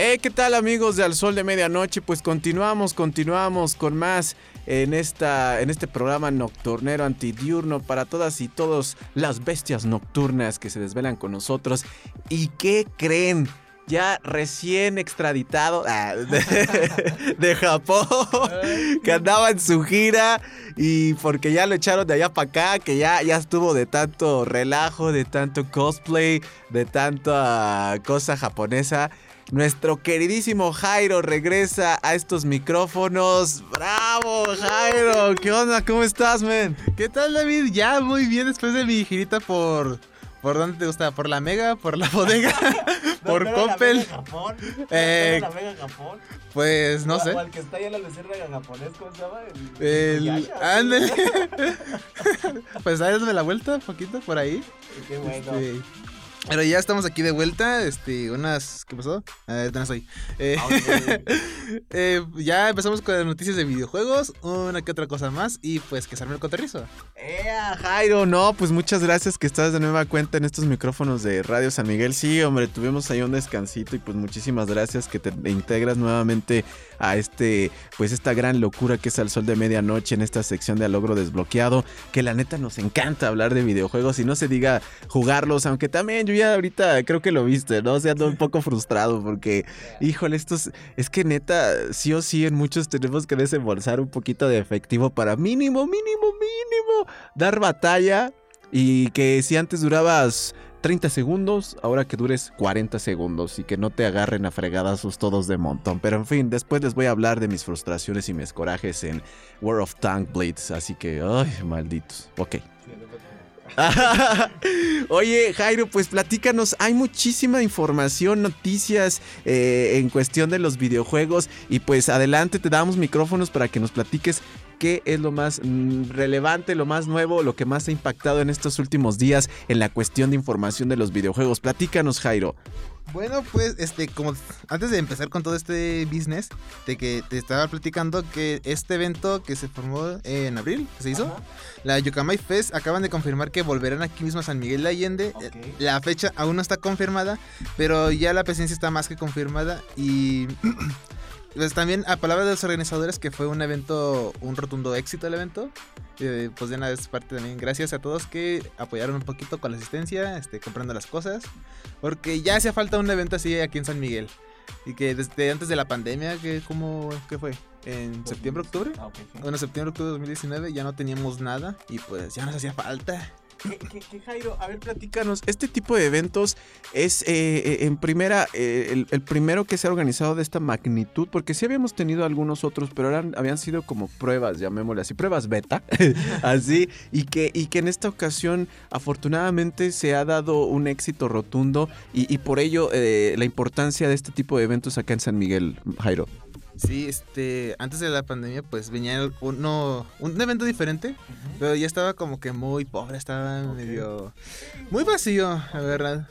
¿Qué tal, amigos de Al Sol de Medianoche? Pues continuamos con más en este programa nocturnero antidiurno para todas y todos las bestias nocturnas que se desvelan con nosotros. ¿Y qué creen? Ya recién extraditado de Japón, que andaba en su gira y porque ya lo echaron de allá para acá, que ya estuvo de tanto relajo, de tanto cosplay, de tanta cosa japonesa. Nuestro queridísimo Jairo regresa a estos micrófonos. ¡Bravo, Jairo! ¿Qué onda? ¿Cómo estás, man? ¿Qué tal, David? Ya muy bien después de mi girita por dónde te gusta, por la Mega, por la bodega, por Coppel. ¿La Mega Japón? Pues no sé. O el que está allá en la Luciérnaga japonés, ¿cómo se llama? Ándale. Pues dale la vuelta un poquito por ahí. Qué bueno. Pero ya estamos aquí de vuelta, ¿qué pasó? No estoy. Ya empezamos con las noticias de videojuegos, una que otra cosa más, y pues que se arme el cotorrizo. Jairo, no, pues muchas gracias que estás de nueva cuenta en estos micrófonos de Radio San Miguel. Sí, hombre, tuvimos ahí un descansito y pues muchísimas gracias que te integras nuevamente a esta gran locura que es Al Sol de Medianoche en esta sección de Al Logro Desbloqueado, que la neta nos encanta hablar de videojuegos y no se diga jugarlos, aunque también yo ya ahorita creo que lo viste, ¿no? O sea, ando un poco frustrado porque, híjole, es que neta, sí o sí en muchos tenemos que desembolsar un poquito de efectivo para mínimo dar batalla, y que si antes durabas 30 segundos, ahora que dures 40 segundos y que no te agarren a fregadazos todos de montón. Pero en fin, después les voy a hablar de mis frustraciones y mis corajes en World of Tank Blades, así que, ay, malditos. Ok. Oye, Jairo, pues platícanos, hay muchísima información, noticias en cuestión de los videojuegos, y pues adelante, te damos micrófonos para que nos platiques qué es lo más relevante, lo más nuevo, lo que más ha impactado en estos últimos días en la cuestión de información de los videojuegos. Platícanos, Jairo. Bueno, pues, como antes de empezar con todo este business, de que te estaba platicando que este evento que se formó en abril, que se hizo, la Yokamai Fest, acaban de confirmar que volverán aquí mismo a San Miguel de Allende. Okay. La fecha aún no está confirmada, pero ya la presencia está más que confirmada y... Pues también, a palabras de los organizadores, que fue un rotundo éxito el evento. Pues de una vez parte también, gracias a todos que apoyaron un poquito con la asistencia, comprando las cosas. Porque ya hacía falta un evento así aquí en San Miguel. Y que desde antes de la pandemia, ¿qué fue? ¿En septiembre, octubre? Okay. Bueno, septiembre, octubre de 2019 ya no teníamos nada y pues ya nos hacía falta. ¿Qué, Jairo? A ver, platícanos. Este tipo de eventos es en primera el primero que se ha organizado de esta magnitud, porque sí habíamos tenido algunos otros, pero habían sido como pruebas, llamémosle así, pruebas beta, así, y que en esta ocasión afortunadamente se ha dado un éxito rotundo y por ello la importancia de este tipo de eventos acá en San Miguel, Jairo. Sí, antes de la pandemia pues venía un evento diferente, pero ya estaba como que muy pobre, estaba medio... muy vacío, la verdad.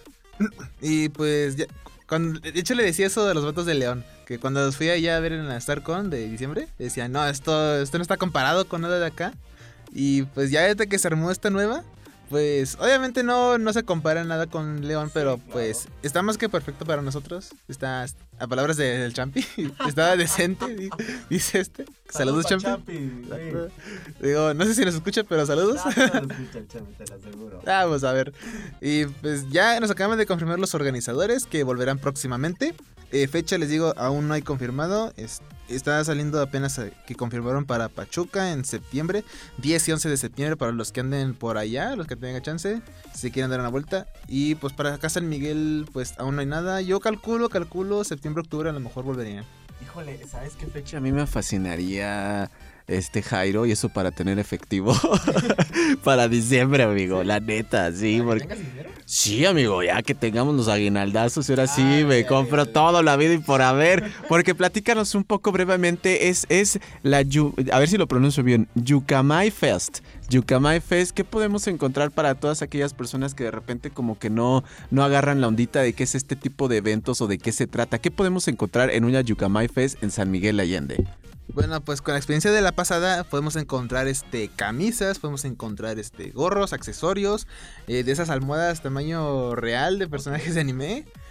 Y pues, de hecho le decía eso de los vatos de León, que cuando los fui allá a ver en la StarCon de diciembre, decían, no, esto no está comparado con nada de acá. Y pues ya desde que se armó esta nueva, pues obviamente no se compara nada con León, pero pues está más que perfecto para nosotros. Está, a palabras del Champi, está decente, dice Saludos, Champi. Sí. Digo, no sé si nos escucha, pero saludos. No lo escucha el Champi, te lo aseguro. Vamos a ver. Y pues ya nos acaban de confirmar los organizadores que volverán próximamente. Fecha, les digo, aún no hay confirmado. Está saliendo apenas que confirmaron para Pachuca en septiembre, 10 y 11 de septiembre para los que anden por allá, los que tengan chance, si quieren dar una vuelta. Y pues para acá San Miguel, pues aún no hay nada. Yo calculo septiembre, octubre a lo mejor volvería. Híjole, ¿sabes qué fecha? A mí me fascinaría Jairo, y eso para tener efectivo para diciembre, amigo, la neta, sí. Porque... ¿Tengas dinero? Sí, amigo, ya que tengamos los aguinaldazos y ahora sí me compro todo la vida y por haber. Porque platícanos un poco brevemente, es a ver si lo pronuncio bien, Yokamai Fest. Yokamai Fest, ¿qué podemos encontrar para todas aquellas personas que de repente como que no agarran la ondita de qué es este tipo de eventos o de qué se trata? ¿Qué podemos encontrar en una Yokamai Fest en San Miguel Allende? Bueno, pues con la experiencia de la pasada podemos encontrar camisas, podemos encontrar gorros, accesorios, de esas almohadas tamaño real de personajes de anime.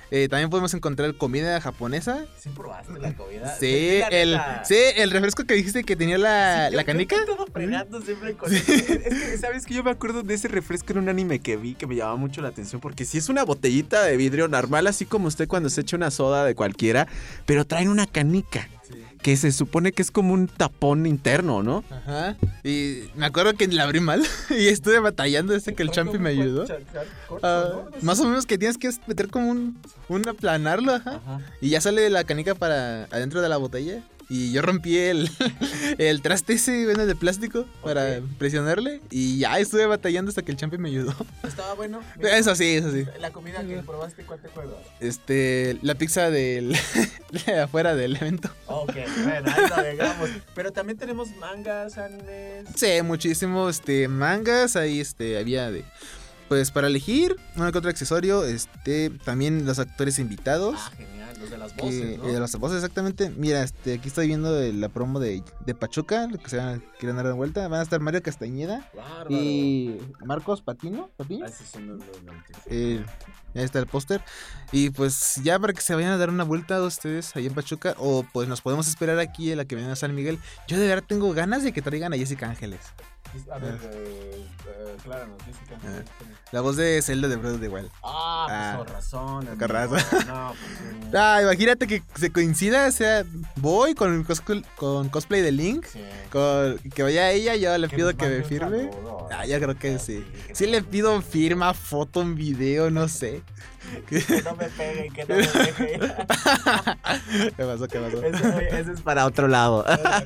También podemos encontrar comida japonesa. ¿Sí probaste la comida? Sí, La neta. el refresco que dijiste que tenía la Yo canica. estoy todo fregando siempre con eso. Es que, ¿sabes que yo me acuerdo de ese refresco en un anime que vi que me llamaba mucho la atención? Porque sí es una botellita de vidrio normal, así como usted cuando se echa una soda de cualquiera, pero traen una canica. Sí. Que se supone que es como un tapón interno, ¿no? Ajá. Y me acuerdo que la abrí mal y estuve batallando hasta que el champi me ayudó. Más o menos que tienes que meter como un aplanarlo, ajá. Y ya sale la canica para adentro de la botella. Y yo rompí el traste ese, bueno, de plástico para presionarle. Y ya estuve batallando hasta que el champi me ayudó. ¿Estaba bueno? Eso sí, eso sí. La comida que probaste, ¿cuál te acuerdas? La pizza de afuera del evento. Ok, bueno, ahí lo dejamos. Pero también tenemos mangas, animes. Sí, muchísimo, mangas, ahí, había de... Pues para elegir, uno que otro accesorio, también los actores invitados. Ah, genial, los de las voces, ¿no? De las voces, exactamente. Mira, aquí estoy viendo la promo de Pachuca, lo que se quieren dar de vuelta. Van a estar Mario Castañeda Bárbaro. y Marcos Patiño. Ah, sí, son los Ya está el póster. Y pues ya para que se vayan a dar una vuelta a ustedes ahí en Pachuca. O pues nos podemos esperar aquí a la que vengan a San Miguel. Yo de verdad tengo ganas de que traigan a Jessica Ángeles. A ver, Clara nos dice que... La voz de Zelda de Breath of the Wild. Ah, pues con razón. con razón. No, pues Imagínate que se coincida, o sea, voy con cosplay de Link. sí. Que vaya ella, yo le Que pido nos que me mande un firme. saludo. Yo creo que sí. que Sí nos le mande pido un firma, foto, un video, no sé. Que no me peguen, que no me dejen. ¿Qué pasó? Ese es para otro lado.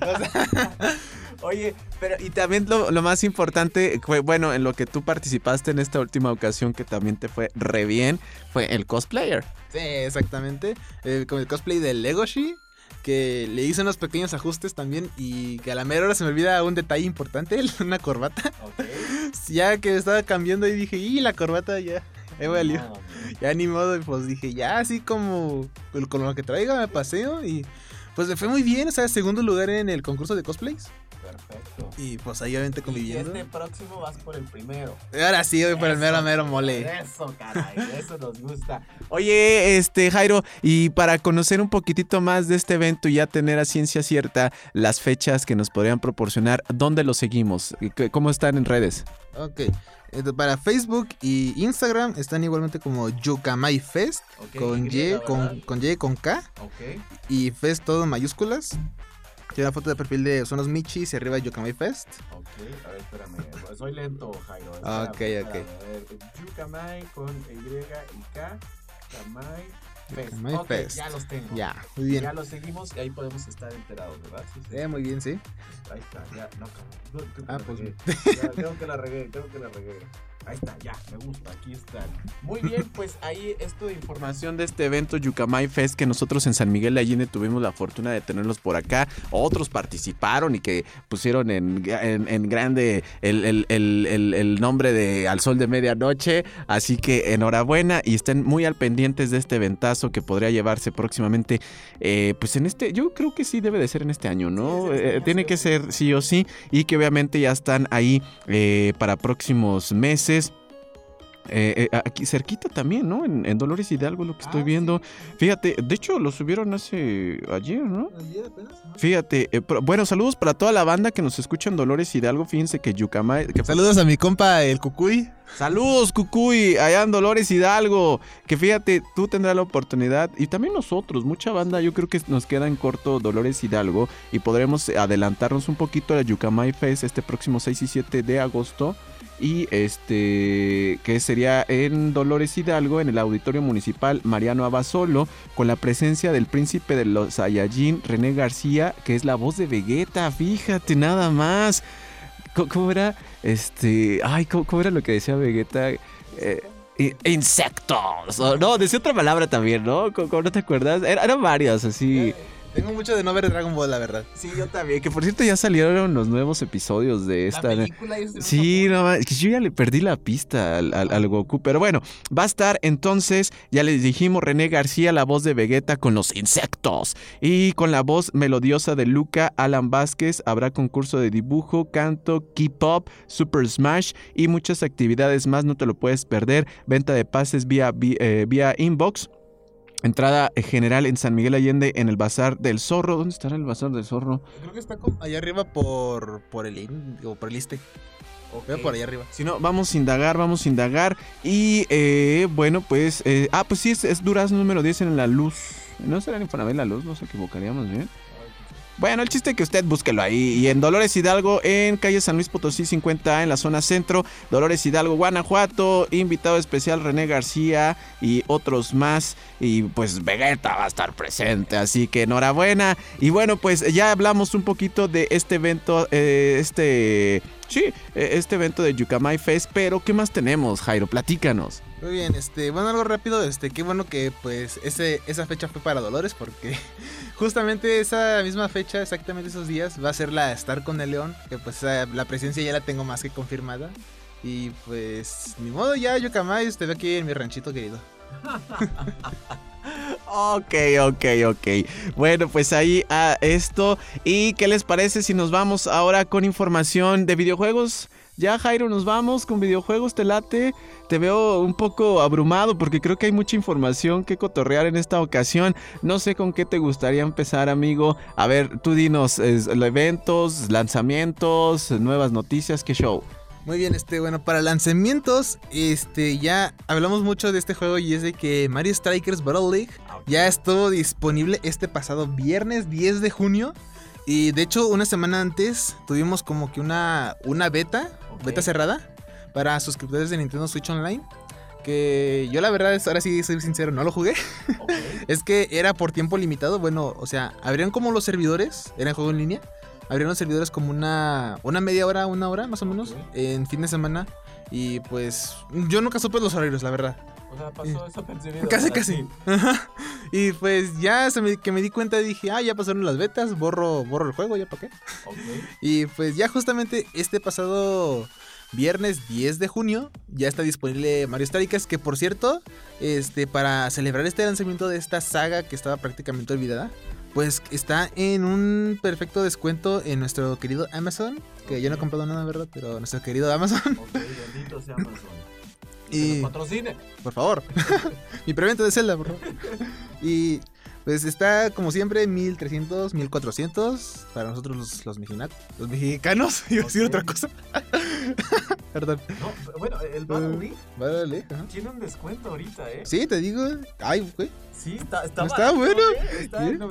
Oye, pero y también lo más importante fue, bueno, en lo que tú participaste en esta última ocasión que también te fue re bien, fue el cosplayer. Sí, exactamente. Con el cosplay de Legoshi, que le hice unos pequeños ajustes también y que a la mera hora se me olvida un detalle importante, una corbata. Ok. Ya que estaba cambiando y dije, la corbata ya valió. No, Ya ni modo, y pues dije, ya así como con lo que traiga me paseo y pues me fue muy bien, o sea, segundo lugar en el concurso de cosplays. perfecto. Y pues ahí obviamente Y conviviendo. este próximo vas por el primero. Ahora sí, voy por el Eso, mero mole. Eso, caray, eso nos gusta. Oye, Jairo, y para conocer un poquitito más de este evento y ya tener a ciencia cierta las fechas que nos podrían proporcionar, ¿dónde lo seguimos? ¿Cómo están en redes? Ok. Para Facebook y Instagram están igualmente como Yukamai Fest, Ok, con Y, ¿verdad? con Y, con K, Ok. y Fest todo en mayúsculas. Tiene una foto de perfil de son los Michis y arriba Yukamai Fest. Ok, a ver, espérame. Soy lento, Jairo. Ok. A ver, Yukamai con Y y K. Kamai Fest. Yukamai Ok, Fest. ya los tengo. Ya, muy bien. Ya los seguimos y ahí podemos estar enterados, ¿verdad? Sí, sí. Muy bien, sí. Ahí está, ya, no, cabrón. Creo que la Pues. regué. Ya, creo que la regué. Ahí está, ya, me gusta, aquí está. Muy bien, pues ahí esto de Información de este evento Yukamai Fest que nosotros en San Miguel de Allende tuvimos la fortuna de tenerlos por acá. Otros participaron y que pusieron en grande el nombre de Al Sol de Medianoche. Así que enhorabuena y estén muy al pendientes de este eventazo que podría llevarse próximamente. Pues en yo creo que sí debe de ser en este año, ¿no? Sí, es este año, Tiene sí que o sí. ser sí o sí. Y que obviamente ya están ahí para próximos meses. Aquí cerquita también, ¿no? En Dolores Hidalgo, lo que estoy viendo. Fíjate, de hecho lo subieron ayer, ¿no? Fíjate, bueno, saludos para toda la banda que nos escucha en Dolores Hidalgo. Fíjense que Yukamai. Saludos a mi compa el Cucuy. Saludos, Cucuy, allá en Dolores Hidalgo. Que fíjate, tú tendrás la oportunidad. Y también nosotros, mucha banda. Yo creo que nos queda en corto Dolores Hidalgo. Y podremos adelantarnos un poquito a la Yukamai Fest este próximo 6 y 7 de agosto. Y que sería en Dolores Hidalgo, en el Auditorio Municipal Mariano Abasolo, con la presencia del príncipe de los Saiyajin, René García, que es la voz de Vegeta, fíjate nada más. ¿Cómo era? ¿Cómo era lo que decía Vegeta? Insectos. No, decía otra palabra también, ¿no? ¿Cómo no te acuerdas? Eran varias, así. Tengo mucho de no ver Dragon Ball, la verdad. Sí, yo también. Que por cierto ya salieron los nuevos episodios de esta. La película es de Sí, no, que yo ya le perdí la pista al Goku. Pero bueno, va a estar entonces, ya les dijimos, René García, la voz de Vegeta con los insectos. Y con la voz melodiosa de Luca, Alan Vázquez. Habrá concurso de dibujo, canto, K-pop, Super Smash y muchas actividades más. No te lo puedes perder. Venta de pases vía inbox. entrada general en San Miguel Allende en el Bazar del Zorro. ¿Dónde estará el Bazar del Zorro? Creo que está como allá arriba por el Iste. Ok. Por allá arriba. Si no, vamos a indagar. Y bueno, pues... pues sí, es Durazno número 10 en La Luz. ¿No será en Infonavit La Luz? Nos equivocaríamos bien. Bueno, el chiste es que usted búsquelo ahí. Y en Dolores Hidalgo, en calle San Luis Potosí 50A, en la zona centro. Dolores Hidalgo, Guanajuato. Invitado especial René García y otros más. Y pues Vegeta va a estar presente. Así que enhorabuena. Y bueno, pues ya hablamos un poquito de este evento. Este evento de Yucamay Fest. Pero ¿qué más tenemos, Jairo? Platícanos. Muy bien, bueno, algo rápido, qué bueno que pues esa fecha fue para Dolores, porque justamente esa misma fecha, exactamente esos días, va a ser la Star con el León, que pues la presencia ya la tengo más que confirmada. Y pues, ni modo, ya Yucamay, te veo aquí en mi ranchito querido. Ok. Bueno, pues ahí esto. ¿Y qué les parece si nos vamos ahora con información de videojuegos? Ya, Jairo, nos vamos con videojuegos, ¿te late? Te veo un poco abrumado porque creo que hay mucha información que cotorrear en esta ocasión. No sé con qué te gustaría empezar, amigo. A ver, tú dinos, eventos, lanzamientos, nuevas noticias, ¿qué show? Muy bien, bueno, para lanzamientos, ya hablamos mucho de este juego y es de que Mario Strikers Battle League ya estuvo disponible este pasado viernes 10 de junio. Y de hecho, una semana antes tuvimos como que una beta cerrada para suscriptores de Nintendo Switch Online. Que yo la verdad, ahora sí soy sincero, no lo jugué. Es que era por tiempo limitado. Bueno, o sea, abrían como los servidores, era juego en línea. Abrieron los servidores como una media hora, una hora más o menos, en fin de semana. Y pues yo nunca supe los horarios, la verdad. O sea, pasó eso percibido. Casi. Y pues ya que me di cuenta dije, ya pasaron las betas, borro el juego, ya para qué. Y pues ya justamente este pasado viernes 10 de junio ya está disponible Mario Strikers, que por cierto, para celebrar este lanzamiento de esta saga que estaba prácticamente olvidada, pues está en un perfecto descuento en nuestro querido Amazon, que yo no he comprado nada, ¿verdad? Pero nuestro querido Amazon. Bendito sea Amazon. Y patrocine. Por favor. Mi preventa de Zelda, por favor. Y pues está como siempre 1300, 1400 para nosotros los mexicanos. Iba a decir otra cosa. Perdón. No, bueno, el Battle League tiene un descuento ahorita, ¿eh? Sí, te digo. Ay, güey. Sí, está barato, bueno. Está en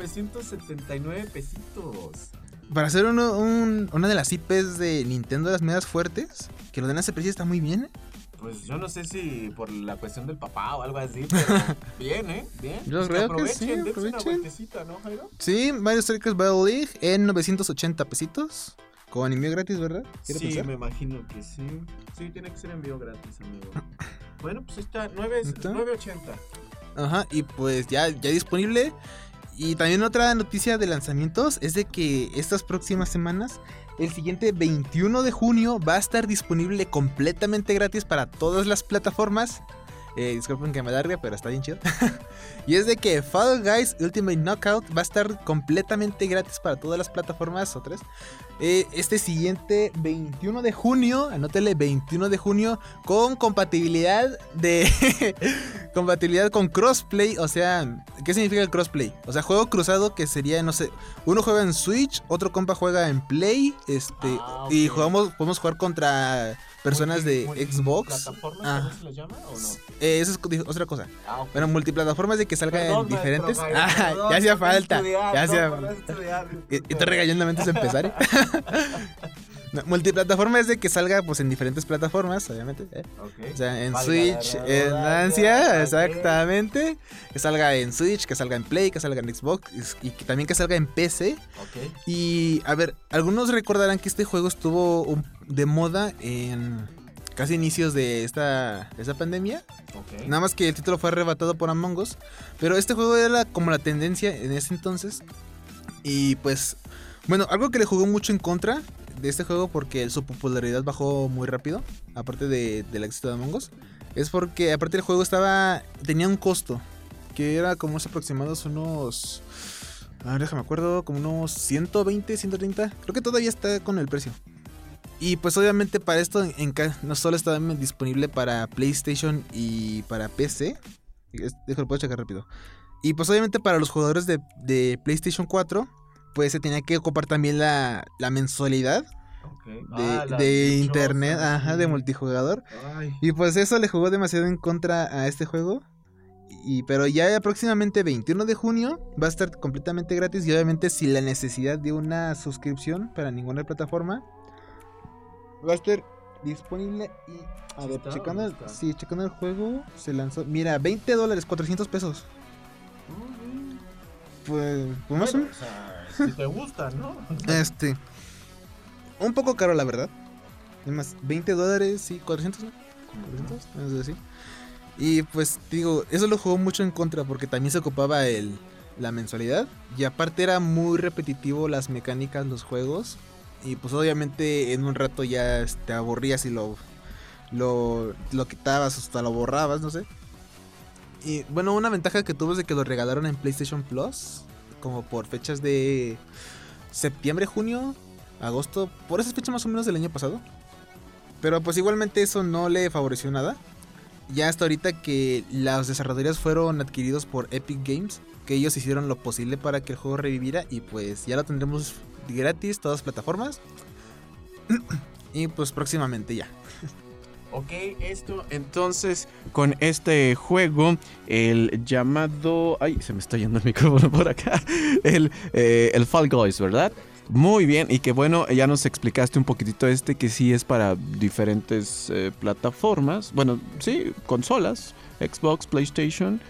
979 pesitos. Para hacer una de las IPs de Nintendo, las medias fuertes, que lo den a ese precio está muy bien, ¿eh? Pues yo no sé si por la cuestión del papá o algo así, pero bien, ¿eh? Bien. Yo creo que sí, dense una vueltecita, ¿no, Jairo? Sí, Mario Strikers Battle League en 980 pesitos. Con envío gratis, ¿verdad? Sí, pensar? me imagino que sí. Sí, tiene que ser envío gratis, amigo. Bueno, pues está 980. Ajá, y pues ya disponible. Y también otra noticia de lanzamientos es de que estas próximas semanas, el siguiente 21 de junio va a estar disponible completamente gratis para todas las plataformas. Disculpen que me largue, pero está bien chido. Y es de que Fall Guys Ultimate Knockout va a estar completamente gratis para todas las plataformas o tres. Este siguiente 21 de junio, anótele 21 de junio, con compatibilidad compatibilidad con crossplay. O sea, ¿qué significa el crossplay? O sea, juego cruzado, que sería, no sé, uno juega en Switch, otro compa juega en Play, okay. Y podemos jugar contra personas de Xbox. ¿Plataformas no se les llama o no? Eso es otra cosa. Okay. Bueno, multiplataformas de que salga en diferentes. Perdón, ya hacía falta. Y te regañando antes de empezar, ¿eh? No, multiplataforma es de que salga pues en diferentes plataformas, obviamente. Okay. O sea, en Switch, en Ansia, exactamente. Que salga en Switch, que salga en Play, que salga en Xbox y que también que salga en PC. Okay. Y a ver, algunos recordarán que este juego estuvo de moda en casi inicios de esta pandemia. Okay. Nada más que el título fue arrebatado por Among Us. Pero este juego era como la tendencia en ese entonces. Y pues, bueno, algo que le jugó mucho en contra de este juego, porque su popularidad bajó muy rápido, aparte del éxito de Among Us, es porque aparte el juego tenía un costo que era como aproximados unos, déjame acuerdo, como unos 120, 130, creo que todavía está con el precio. Y pues obviamente para esto no solo está disponible para PlayStation y para PC. Déjalo, puedo checar rápido. Y pues obviamente para los jugadores de PlayStation 4, pues se tenía que ocupar también la mensualidad de internet, de multijugador. Ay. Y pues eso le jugó demasiado en contra a este juego. Pero ya aproximadamente 21 de junio va a estar completamente gratis y obviamente sin la necesidad de una suscripción para ninguna plataforma. Va a estar disponible y... A ver, checando el juego, se lanzó... Mira, $20, $400. Pues más o menos. O sea, si te gusta, ¿no? Un poco caro, la verdad. Es más, $20, sí, 400, ¿no? 400, no sé, sí. Y pues digo, eso lo jugó mucho en contra porque también se ocupaba la mensualidad. Y aparte era muy repetitivo las mecánicas, los juegos. Y pues obviamente en un rato ya te aburrías y lo quitabas, hasta lo borrabas, no sé. Y bueno, una ventaja que tuvo es de que lo regalaron en PlayStation Plus, como por fechas de septiembre, junio, agosto, por esas fechas más o menos del año pasado. Pero pues igualmente eso no le favoreció nada. Ya hasta ahorita que los desarrolladores fueron adquiridos por Epic Games, que ellos hicieron lo posible para que el juego reviviera y pues ya lo tendremos gratis, todas las plataformas. Y pues próximamente ya. Ok, esto entonces con este juego, el llamado... Ay, se me está yendo el micrófono por acá. El Fall Guys, ¿verdad? Muy bien, y que bueno, ya nos explicaste un poquitito que sí es para diferentes plataformas. Bueno, sí, consolas, Xbox, PlayStation,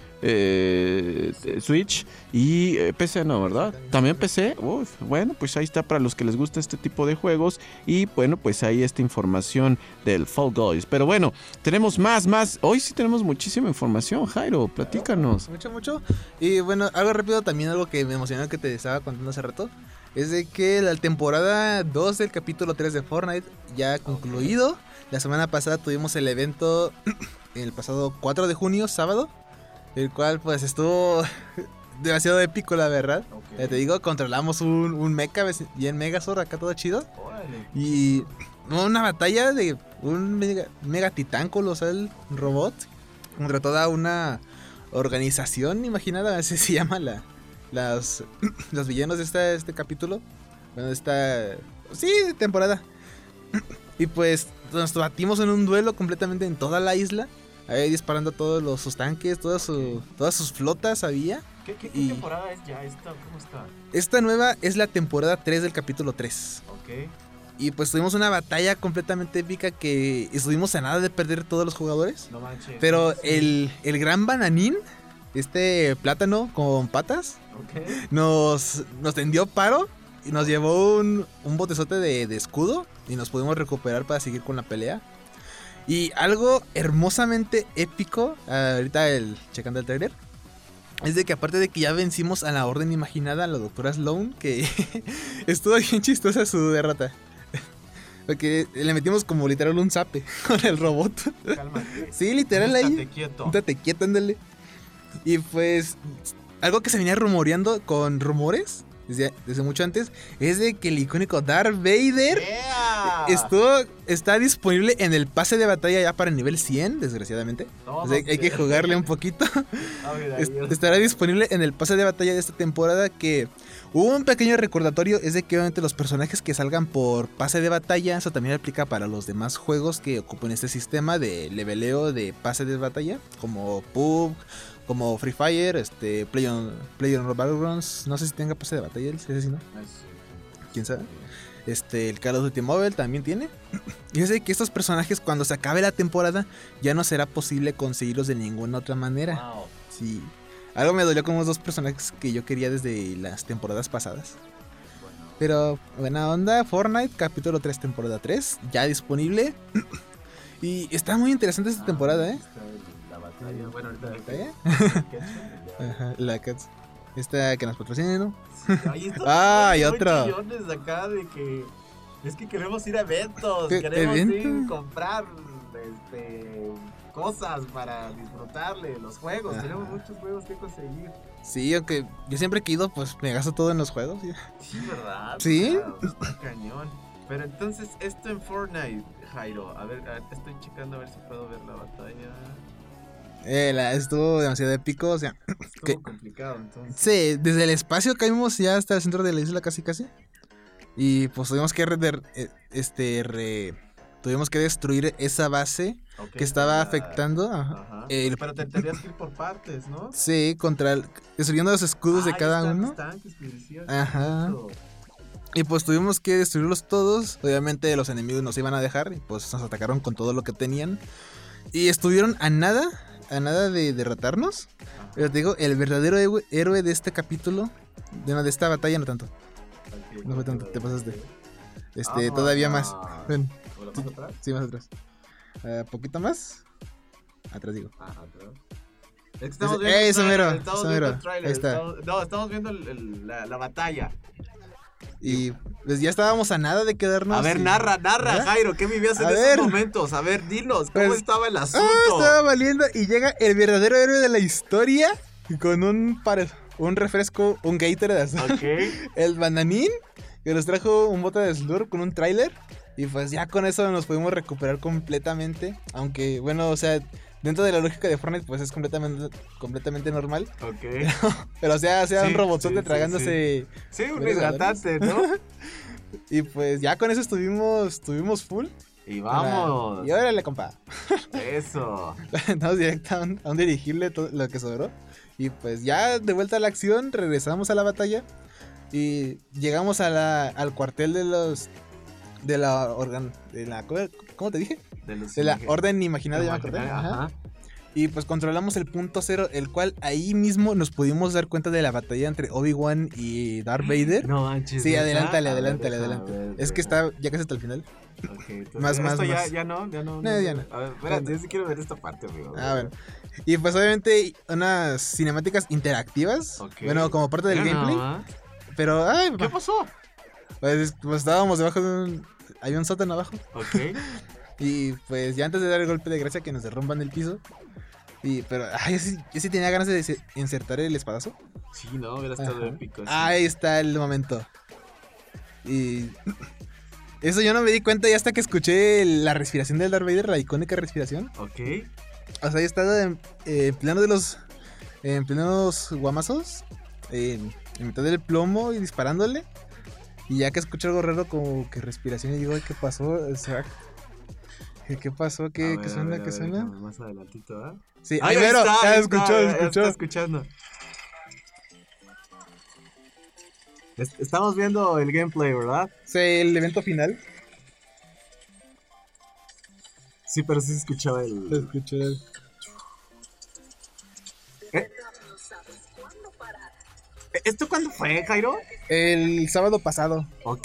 Switch y PC, ¿no? ¿Verdad? También PC. Uf, bueno, pues ahí está para los que les gusta este tipo de juegos. Y bueno, pues ahí esta información del Fall Guys. Pero bueno, tenemos más. Hoy sí tenemos muchísima información, Jairo, platícanos. Mucho. Y bueno, algo rápido también, algo que me emocionó que te estaba contando hace rato, es de que la temporada 2 del capítulo 3 de Fortnite ya ha concluido. La semana pasada tuvimos el evento el pasado 4 de junio, sábado, el cual pues estuvo demasiado épico, la verdad. Te digo, controlamos un mecha bien Megazord acá, todo chido. Y una batalla de un mega titán colosal robot contra toda una organización imaginada, así se llama los villanos de este capítulo. Bueno, temporada. Y pues nos batimos en un duelo completamente en toda la isla, ahí disparando todos sus tanques, todas sus flotas había. ¿Qué temporada es ya esta? ¿Cómo está? Esta nueva es la temporada 3 del capítulo 3. Ok. Y pues tuvimos una batalla completamente épica que estuvimos a nada de perder todos los jugadores. No manches. Pero sí. el gran bananín, plátano con patas, nos tendió paro y nos llevó un botezote de escudo y nos pudimos recuperar para seguir con la pelea. Y algo hermosamente épico, ahorita checando el trailer, es de que aparte de que ya vencimos a la orden imaginada, a la doctora Sloan, que estuvo bien chistosa su derrota. Porque le metimos como literal un zape con el robot. Cálmate. Sí, literal ahí. Estate quieto, ándale. Y pues, algo que se venía rumoreando con rumores desde mucho antes, es de que el icónico Darth Vader está disponible en el pase de batalla ya para el nivel 100, desgraciadamente. O sea, hay que jugarle un poquito. Estará disponible en el pase de batalla de esta temporada, que hubo un pequeño recordatorio, es de que obviamente los personajes que salgan por pase de batalla, eso también aplica para los demás juegos que ocupen este sistema de leveleo de pase de batalla, como PUBG, como Free Fire, PlayerUnknown's Battlegrounds, no sé si tenga pase de batalla, ese sí, ¿no? ¿Quién sabe? El Call of Duty Mobile también tiene. Y es de que estos personajes, cuando se acabe la temporada, ya no será posible conseguirlos de ninguna otra manera. Wow. Sí. Algo me dolió con los dos personajes que yo quería desde las temporadas pasadas. Pero buena onda, Fortnite, capítulo 3, temporada 3, ya disponible. Y está muy interesante esta temporada, ¿eh? La batalla, bueno, ahorita ¿La batalla? Ajá, la Cats. Esta que nos patrocina, ¿no? Sí, y otra. Acá de que es que queremos ir a eventos, queremos ir a comprar cosas para disfrutarle los juegos. Tenemos muchos juegos que conseguir. Sí, aunque yo siempre que he ido, pues me gasto todo en los juegos. Sí, ¿verdad? Sí. Claro, está cañón. Pero entonces, esto en Fortnite, Jairo. A ver, estoy checando a ver si puedo ver la batalla. Estuvo demasiado épico, o sea... Estuvo complicado, entonces. Sí, desde el espacio caímos ya hasta el centro de la isla casi. Y pues tuvimos que tuvimos que destruir esa base que estaba afectando. Ajá. Pero te tendrías que ir por partes, ¿no? Sí, destruyendo los escudos de cada uno. Los tanques que decías, Ajá. Y pues tuvimos que destruirlos todos. Obviamente los enemigos nos iban a dejar y pues nos atacaron con todo lo que tenían. Y estuvieron a nada de derrotarnos. Ajá. Pero te digo, el verdadero héroe de este capítulo, de esta batalla no tanto. Okay, No fue tanto, te pasaste. Ah, Todavía más. Ven. ¿Más atrás? Sí, más atrás. ¿Poquito más? Atrás digo. Ajá, atrás. Es que estamos viendo Eso mero, estamos eso viendo mero. el tráiler. Ahí está. Estamos viendo la batalla. Y pues ya estábamos a nada de quedarnos. A ver, narra, ¿verdad? Jairo, ¿qué vivías en A esos ver. momentos? A ver, dinos, ¿cómo Pues, estaba el asunto? Estaba valiendo y llega el verdadero héroe de la historia con un refresco, un Gatorade azul. Ok. El bananín que nos trajo un bote de Slurp con un tráiler. Y pues ya con eso nos pudimos recuperar completamente. Aunque, bueno, o sea, dentro de la lógica de Fortnite, pues es completamente normal. Ok. Pero o sea, Sí, un robotzote sí, tragándose. Sí, un hidratante, ¿no? Y pues ya con eso estuvimos full. Y vamos. Y órale, compa. Eso. Estamos directo a un dirigible todo lo que sobró. Y pues ya de vuelta a la acción, regresamos a la batalla. Y llegamos al cuartel ¿cómo te dije? De la orden imaginaria, ya me acordé. Ajá. Y pues controlamos el punto cero, el cual ahí mismo nos pudimos dar cuenta de la batalla entre Obi-Wan y Darth Vader. No manches. Sí, adelántale. Ver, Es que está ya casi hasta el final. Okay, Más. Ya no. No, ya no. A ver, espérate, yo sí quiero ver esta parte, amigo. Bueno. Y pues obviamente unas cinemáticas interactivas. Ok. Bueno, como parte del gameplay. Pero, ¿Qué pasó? Pues estábamos debajo de había un sótano abajo. Ok. Y pues ya antes de dar el golpe de gracia que nos derrumban el piso. Pero, yo sí tenía ganas de insertar el espadazo. Sí, no, hubiera estado épico. Sí. Ahí está el momento. Y eso yo no me di cuenta ya hasta que escuché la respiración del Darth Vader, la icónica respiración. Ok. O sea, yo estaba en plenos guamazos, en mitad del plomo y disparándole. Y ya que escucho algo raro como que respiración y digo, ¿qué pasó? O sea, ¿qué pasó? ¿Qué suena? ¿Qué suena? Más adelantito, ¿ah? Sí, ahí mero, ya escuchó. Está escuchando. Estamos viendo el gameplay, ¿verdad? Sí, el evento final. Sí, pero sí se escuchaba Se escuchó el... ¿Esto cuándo fue, Jairo? El sábado pasado. Ok.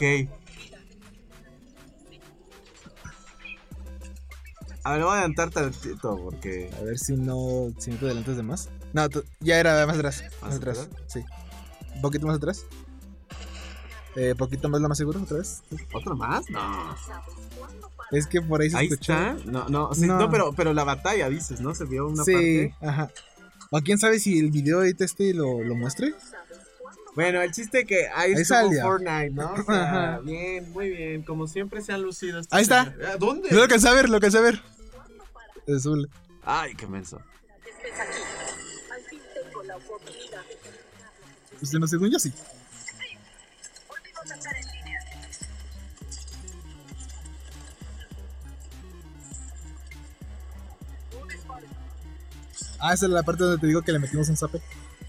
A ver, voy a adelantar tantito porque... A ver si no te adelantas de más. No, ya era más atrás. Más atrás, sí. Un poquito más atrás. Poquito más lo más seguro, otra vez. ¿Otro más? No. Es que por ahí se escuchó. Está. No, pero la batalla, dices, ¿no? Se vio una parte. Sí, ajá. O quién sabe si el video ahorita lo muestre. Bueno, el chiste que ahí salió Fortnite, ¿no? O sea, bien, muy bien. Como siempre se han lucido. Ahí está. ¿Dónde? Lo alcancé a ver. Azul. Ay, qué menso. Pues en los segundos sí. Esa es la parte donde te digo que le metimos un zape.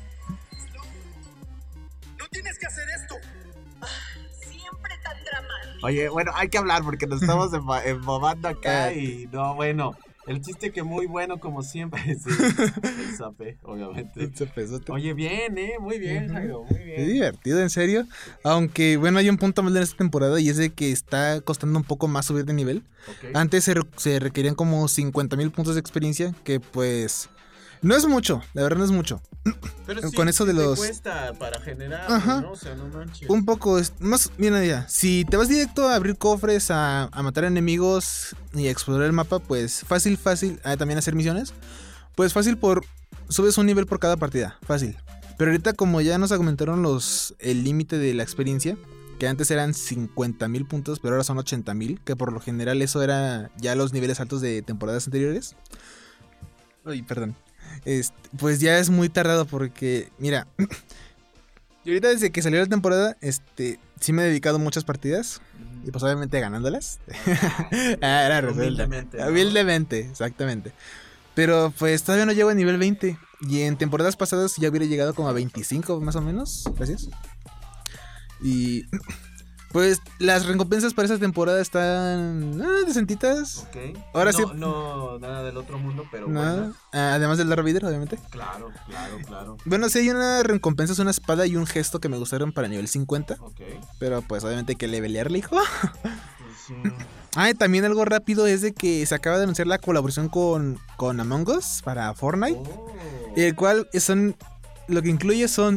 ¡No tienes que hacer esto! Siempre tan dramático. Oye, bueno, hay que hablar porque nos estamos embobando acá y no, bueno. El chiste que muy bueno como siempre. Sí, el zape, obviamente. El zapezote. Oye, bien, muy bien, Jairo, muy bien. Es divertido, en serio. Aunque, bueno, hay un punto mal en esta temporada y es de que está costando un poco más subir de nivel. Okay. Antes se requerían como 50,000 puntos de experiencia, que pues no es mucho, la verdad no es mucho. Pero sí, con eso de los... te cuesta para generar, Ajá. ¿no? O sea, no manches. Un poco, más bien allá. Si te vas directo a abrir cofres, a matar enemigos y a explorar el mapa, pues fácil, también hacer misiones. Pues fácil subes un nivel por cada partida, fácil. Pero ahorita como ya nos aumentaron el límite de la experiencia, que antes eran 50,000 puntos, pero ahora son 80,000, que por lo general eso era ya los niveles altos de temporadas anteriores. Ay, perdón. Pues ya es muy tardado porque, mira, yo ahorita desde que salió la temporada, sí me he dedicado muchas partidas y pues obviamente ganándolas. Era resuelta. Humildemente, ¿no? Humildemente, exactamente. Pero pues todavía no llego a nivel 20 y en temporadas pasadas ya hubiera llegado como a 25 más o menos, gracias. Y pues las recompensas para esta temporada están decentitas. Ok. Ahora no, sí. No, nada del otro mundo, pero Nada. bueno. Además del Darth Vader, obviamente. Claro, claro, claro. Bueno, sí hay una recompensa, es una espada y un gesto que me gustaron para nivel 50. Ok. Pero pues obviamente hay que levelearle, hijo. Pues sí. Ah, y también algo rápido es de que se acaba de anunciar la colaboración con Among Us para Fortnite. Oh. El cual lo que incluye son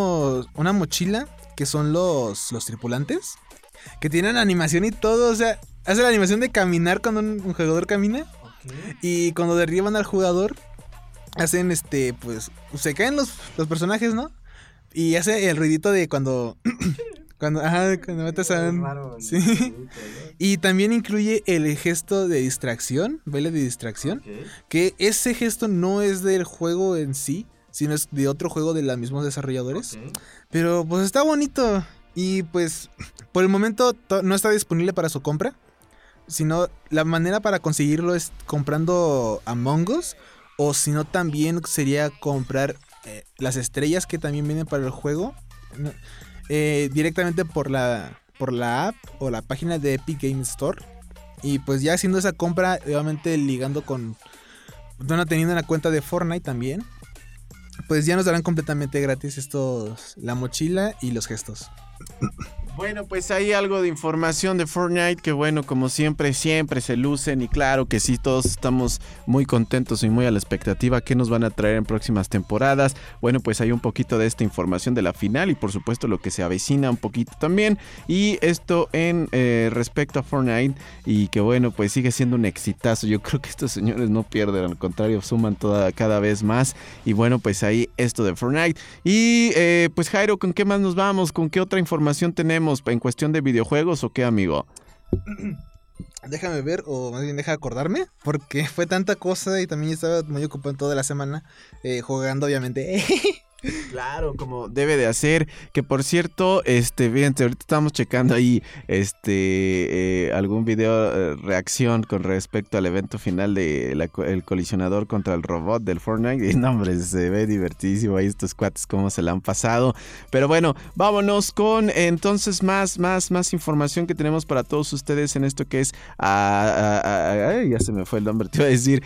una mochila, que son los tripulantes, que tienen animación y todo, o sea, hace la animación de caminar cuando un jugador camina. Ok. Y cuando derriban al jugador, hacen pues se caen los personajes, ¿no? Y hace el ruidito de cuando cuando metes a un... Raro, Sí. ¿no? Y también incluye el gesto de distracción, baile de distracción, Ok. que ese gesto no es del juego en sí, sino es de otro juego de los mismos desarrolladores. Ok. Pero pues está bonito. Y pues por el momento no está disponible para su compra, sino la manera para conseguirlo es comprando Among Us, o si no también sería comprar las estrellas que también vienen para el juego, no, directamente por la app o la página de Epic Games Store. Y pues ya haciendo esa compra, obviamente ligando con, bueno, teniendo una cuenta de Fortnite también, pues ya nos darán completamente gratis la mochila y los gestos. Bueno, pues hay algo de información de Fortnite que bueno, como siempre se lucen y claro que sí, todos estamos muy contentos y muy a la expectativa que nos van a traer en próximas temporadas. Bueno, pues hay un poquito de esta información de la final y por supuesto lo que se avecina un poquito también. Y esto en respecto a Fortnite y que bueno, pues sigue siendo un exitazo. Yo creo que estos señores no pierden, al contrario, suman cada vez más. Y bueno, pues ahí esto de Fortnite. Y pues Jairo, ¿con qué más nos vamos? ¿Con qué otra información tenemos en cuestión de videojuegos o qué, amigo? Déjame ver, o más bien deja acordarme, porque fue tanta cosa y también estaba muy ocupado toda la semana jugando, obviamente. Claro, como debe de hacer. Que por cierto, fíjense, ahorita estamos checando ahí algún video reacción con respecto al evento final de el colisionador contra el robot del Fortnite. Y no, hombre, se ve divertidísimo ahí estos cuates cómo se la han pasado. Pero bueno, vámonos con entonces más información que tenemos para todos ustedes en esto que es ya se me fue el nombre, te iba a decir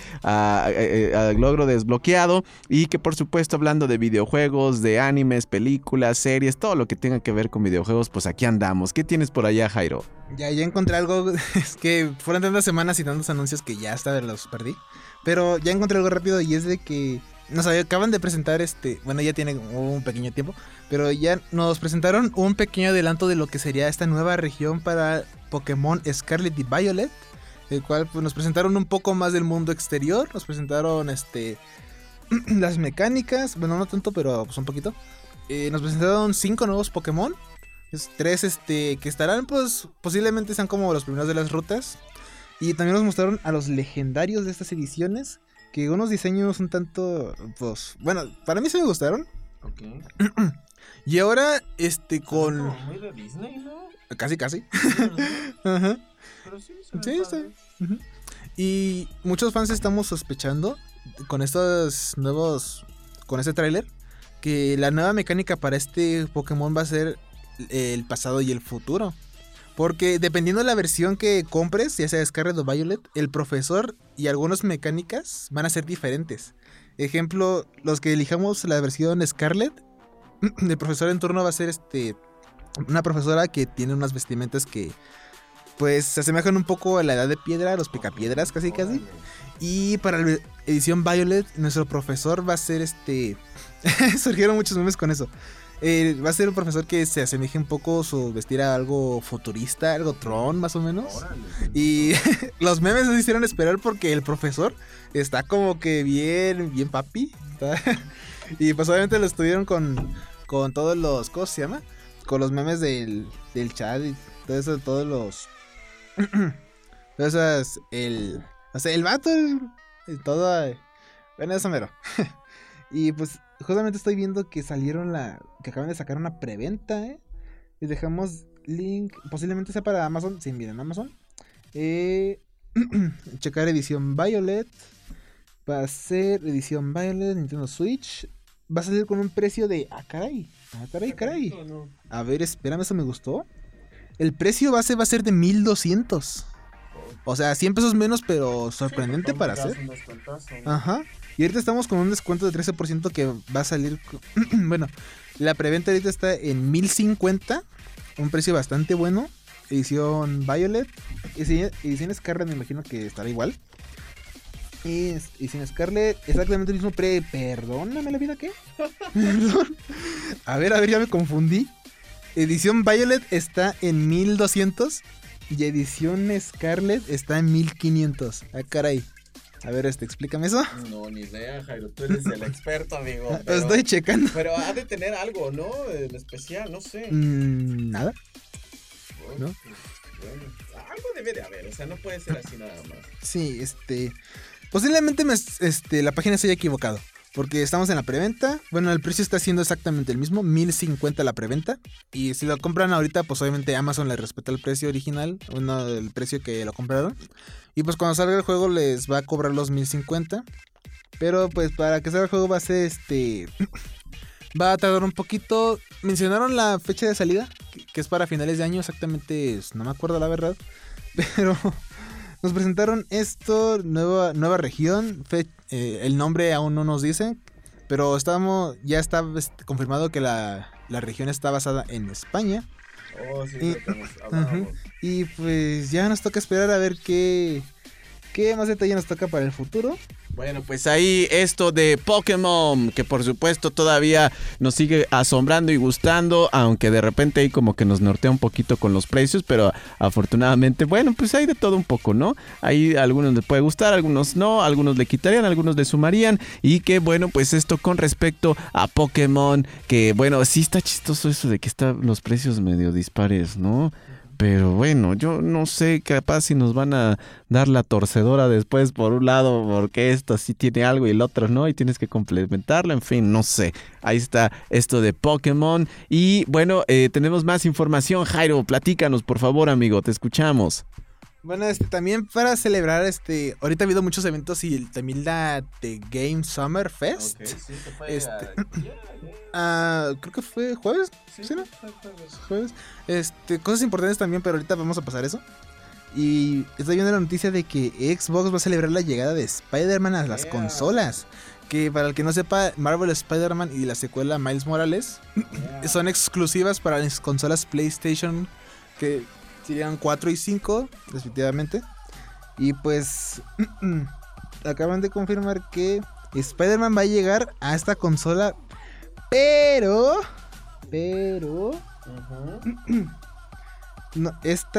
logro desbloqueado. Y que por supuesto, hablando de videojuegos, de animes, películas, series, todo lo que tenga que ver con videojuegos, pues aquí andamos. ¿Qué tienes por allá, Jairo? Ya encontré algo, es que fueron tantas semanas y tantos anuncios que ya hasta los perdí. Pero ya encontré algo rápido y es de que nos acaban de presentar bueno, ya tiene un pequeño tiempo, pero ya nos presentaron un pequeño adelanto de lo que sería esta nueva región para Pokémon Scarlet y Violet, el cual pues nos presentaron un poco más del mundo exterior, nos presentaron las mecánicas, bueno, no tanto, pero pues un poquito. Nos presentaron 5 nuevos Pokémon. 3 que estarán, pues, posiblemente sean como los primeros de las rutas. Y también nos mostraron a los legendarios de estas ediciones, que unos diseños un tanto, pues, bueno, para mí se me gustaron. Ok. Y ahora, con... Como muy de Disney, ¿no? Casi. Sí, ¿verdad? Ajá. Pero sí, Sí, está bien. Ujú. Y muchos fans estamos sospechando con estos nuevos, con este tráiler, que la nueva mecánica para este Pokémon va a ser el pasado y el futuro. Porque dependiendo de la versión que compres, ya sea Scarlet o Violet, el profesor y algunas mecánicas van a ser diferentes. Ejemplo, los que elijamos la versión Scarlet, el profesor en turno va a ser una profesora que tiene unas vestimentas que pues se asemejan un poco a la edad de piedra, a los picapiedras casi. Y para la edición Violet, nuestro profesor va a ser surgieron muchos memes con eso. Va a ser un profesor que se asemeje un poco su vestir a algo futurista, algo Tron más o menos. Órale. Y los memes nos hicieron esperar porque el profesor está como que bien papi. Y pues obviamente lo estuvieron con todos los, ¿cómo se llama? Con los memes del chat y todo eso, todos los... todas esas, o sea, el vato, todo... Bueno, eso mero. Y pues justamente estoy viendo que que acaban de sacar una preventa, ¿eh? Les dejamos link, posiblemente sea para Amazon. Sí, miren, Amazon. Checar edición Violet. Va a ser edición Violet, Nintendo Switch. Va a salir con un precio de... caray. Caray. A ver, espérame, eso me gustó. El precio base va a ser de 1200. O sea, 100 pesos menos, pero sorprendente para hacer. Ajá. Y ahorita estamos con un descuento de 13% que va a salir... Bueno, la preventa ahorita está en 1050. Un precio bastante bueno. Edición Violet. Edición Scarlet me imagino que estará igual. Edición Scarlet, exactamente el mismo Perdóname la vida, ¿qué? Perdón. A ver, ya me confundí. Edición Violet está en 1200. Y edición Scarlet está en 1500. Caray. A ver, explícame eso. No, ni idea, Jairo. Tú eres el experto, amigo. Lo estoy checando. Pero ha de tener algo, ¿no? En especial, no sé. Nada. Bueno, ¿No? Bueno, algo debe de haber. O sea, no puede ser así nada más. Sí, posiblemente la página se haya equivocado. Porque estamos en la preventa. Bueno, el precio está siendo exactamente el mismo. 1050 la preventa. Y si lo compran ahorita, pues obviamente Amazon les respeta el precio original. Bueno, el precio que lo compraron. Y pues cuando salga el juego les va a cobrar los 1050. Pero pues para que salga el juego va a ser va a tardar un poquito. Mencionaron la fecha de salida, que es para finales de año. Exactamente, no me acuerdo la verdad. Pero... nos presentaron esto, nueva región, el nombre aún no nos dice, pero ya está confirmado que la región está basada en España. Oh, sí, hablamos. Y pues ya nos toca esperar a ver qué más detalle nos toca para el futuro. Bueno, pues ahí esto de Pokémon, que por supuesto todavía nos sigue asombrando y gustando, aunque de repente ahí como que nos nortea un poquito con los precios, pero afortunadamente, bueno, pues hay de todo un poco, ¿no? Ahí a algunos les puede gustar, algunos no, algunos le quitarían, algunos le sumarían, y que bueno, pues esto con respecto a Pokémon, que bueno, sí está chistoso eso de que están los precios medio dispares, ¿no? Pero bueno, yo no sé, capaz si nos van a dar la torcedora después por un lado, porque esto sí tiene algo y el otro no, y tienes que complementarlo, en fin, no sé. Ahí está esto de Pokémon. Y bueno, tenemos más información. Jairo, platícanos, por favor, amigo, te escuchamos. Bueno, también para celebrar, ahorita ha habido muchos eventos y también la The Game Summer Fest. Okay, sí, que fue creo que fue jueves, ¿sí, no? Jueves. Cosas importantes también, pero ahorita vamos a pasar eso. Y estoy viendo la noticia de que Xbox va a celebrar la llegada de Spider-Man a las consolas. Que para el que no sepa, Marvel Spider-Man y la secuela Miles Morales son exclusivas para las consolas PlayStation, que serían 4 y 5, respectivamente. Y pues acaban de confirmar que Spider-Man va a llegar a esta consola, pero no,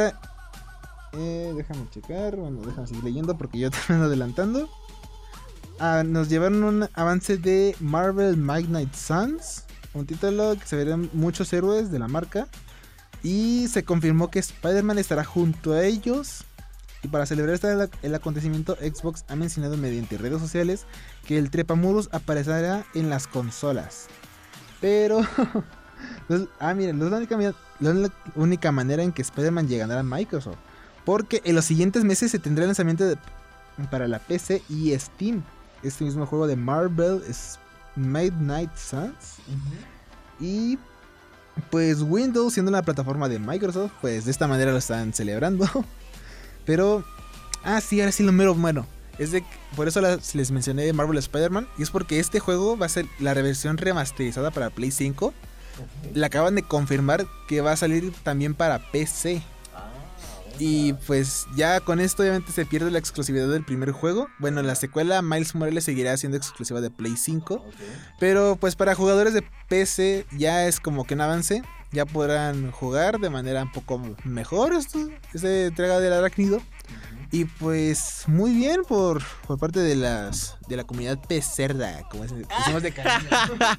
déjame checar, bueno, déjame seguir leyendo porque yo también adelantando. Nos llevaron un avance de Marvel Midnight Suns, un título que se verán muchos héroes de la marca. Y se confirmó que Spider-Man estará junto a ellos. Y para celebrar el acontecimiento, Xbox ha mencionado mediante redes sociales que el Trepamuros aparecerá en las consolas. Pero... miren, no es la única manera en que Spider-Man llegará a Microsoft. Porque en los siguientes meses se tendrá el lanzamiento para la PC y Steam. Este mismo juego de Marvel es Midnight Suns. Y... pues Windows, siendo la plataforma de Microsoft, pues de esta manera lo están celebrando. Pero, sí, ahora sí lo mero bueno. Por eso les mencioné Marvel Spider-Man. Y es porque este juego va a ser la reversión remasterizada para Play 5. La acaban de confirmar que va a salir también para PC. Y pues ya con esto obviamente se pierde la exclusividad del primer juego. Bueno, la secuela Miles Morales seguirá siendo exclusiva de Play 5. Pero pues para jugadores de PC ya es como que un avance. Ya podrán jugar de manera un poco mejor esta entrega del Arácnido. Y pues muy bien por parte de de la comunidad pecerda, como decimos de cariño.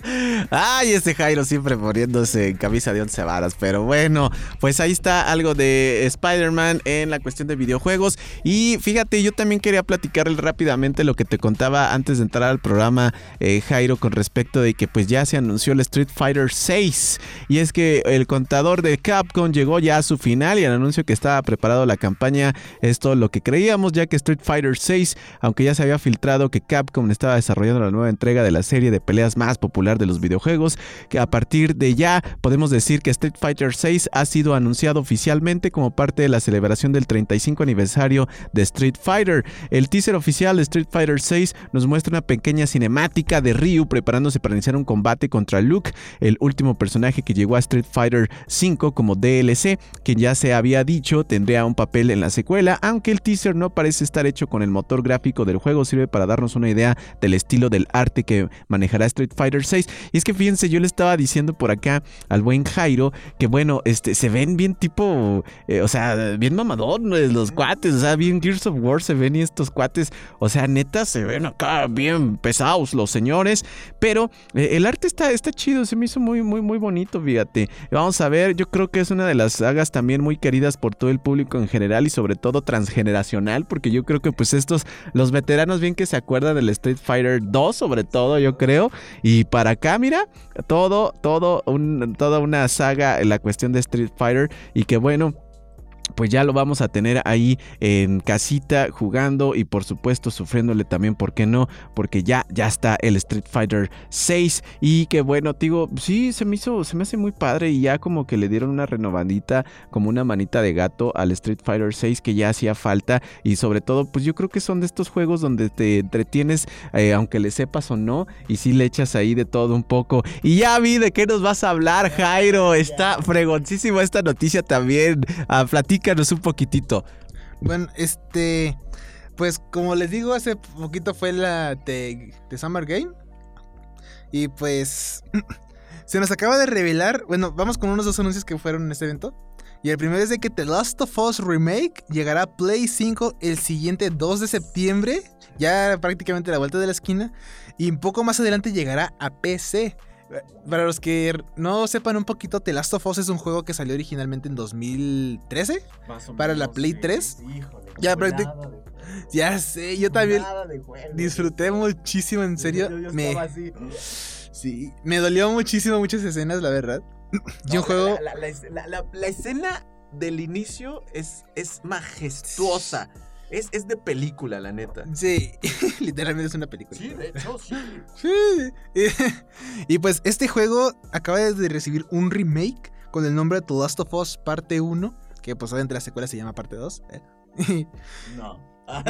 Ay, ese Jairo siempre poniéndose en camisa de 11 varas. Pero bueno, pues ahí está algo de Spider-Man en la cuestión de videojuegos. Y fíjate, yo también quería platicarle rápidamente lo que te contaba antes de entrar al programa, Jairo, con respecto de que pues ya se anunció el Street Fighter 6. Y es que el contador de Capcom llegó ya a su final y el anuncio que estaba preparado la campaña es todo lo que creíamos, ya que Street Fighter 6, aunque ya se había filtrado que Capcom estaba desarrollando la nueva entrega de la serie de peleas más popular de los videojuegos, que a partir de ya podemos decir que Street Fighter 6 ha sido anunciado oficialmente como parte de la celebración del 35 aniversario de Street Fighter. El teaser oficial de Street Fighter 6 nos muestra una pequeña cinemática de Ryu preparándose para iniciar un combate contra Luke, el último personaje que llegó a Street Fighter 5 como DLC, quien ya se había dicho tendría un papel en la secuela, aunque el teaser no parece estar hecho con el motor gráfico del juego, sirve para darnos una idea del estilo del arte que manejará Street Fighter 6. Y es que fíjense, yo le estaba diciendo por acá al buen Jairo que bueno, se ven bien tipo, o sea, bien mamadones los cuates, o sea, bien Gears of War se ven y estos cuates, o sea, neta se ven acá bien pesados los señores, pero el arte está chido, se me hizo muy bonito, fíjate. Vamos a ver, yo creo que es una de las sagas también muy queridas por todo el público en general y sobre todo transgeneracional, porque yo creo que pues los veteranos bien que se acuerdan del Street Fighter 2 sobre todo, yo creo, y para acá mira, toda una saga en la cuestión de Street Fighter y que bueno, pues ya lo vamos a tener ahí en casita jugando y por supuesto sufriéndole también, ¿por qué no? Porque ya está el Street Fighter 6 y que bueno, digo, sí, se me hace muy padre y ya como que le dieron una renovadita, como una manita de gato al Street Fighter 6 que ya hacía falta y sobre todo, pues yo creo que son de estos juegos donde te entretienes, aunque le sepas o no, y sí le echas ahí de todo un poco. Y ya vi de qué nos vas a hablar, Jairo, está fregoncísima esta noticia también, platícanos un poquitito. Bueno, pues como les digo, hace poquito fue la de Summer Game. Y pues se nos acaba de revelar, bueno, vamos con unos dos anuncios que fueron en este evento. Y el primero es de que The Last of Us Remake llegará a Play 5 el siguiente 2 de septiembre, ya prácticamente a la vuelta de la esquina. Y un poco más adelante llegará a PC. Para los que no sepan un poquito, The Last of Us es un juego que salió originalmente en 2013 para la Play 3. Híjole, ya sé, yo también disfruté muchísimo, en serio. Yo estaba así. Sí, me dolió muchísimo muchas escenas, la verdad. Y un juego... La escena del inicio es majestuosa. Es de película, la neta. Sí, literalmente es una película. Sí, de hecho, sí. Sí. Y pues este juego acaba de recibir un remake con el nombre de The Last of Us Parte 1, que pues obviamente la secuela se llama Parte 2. No.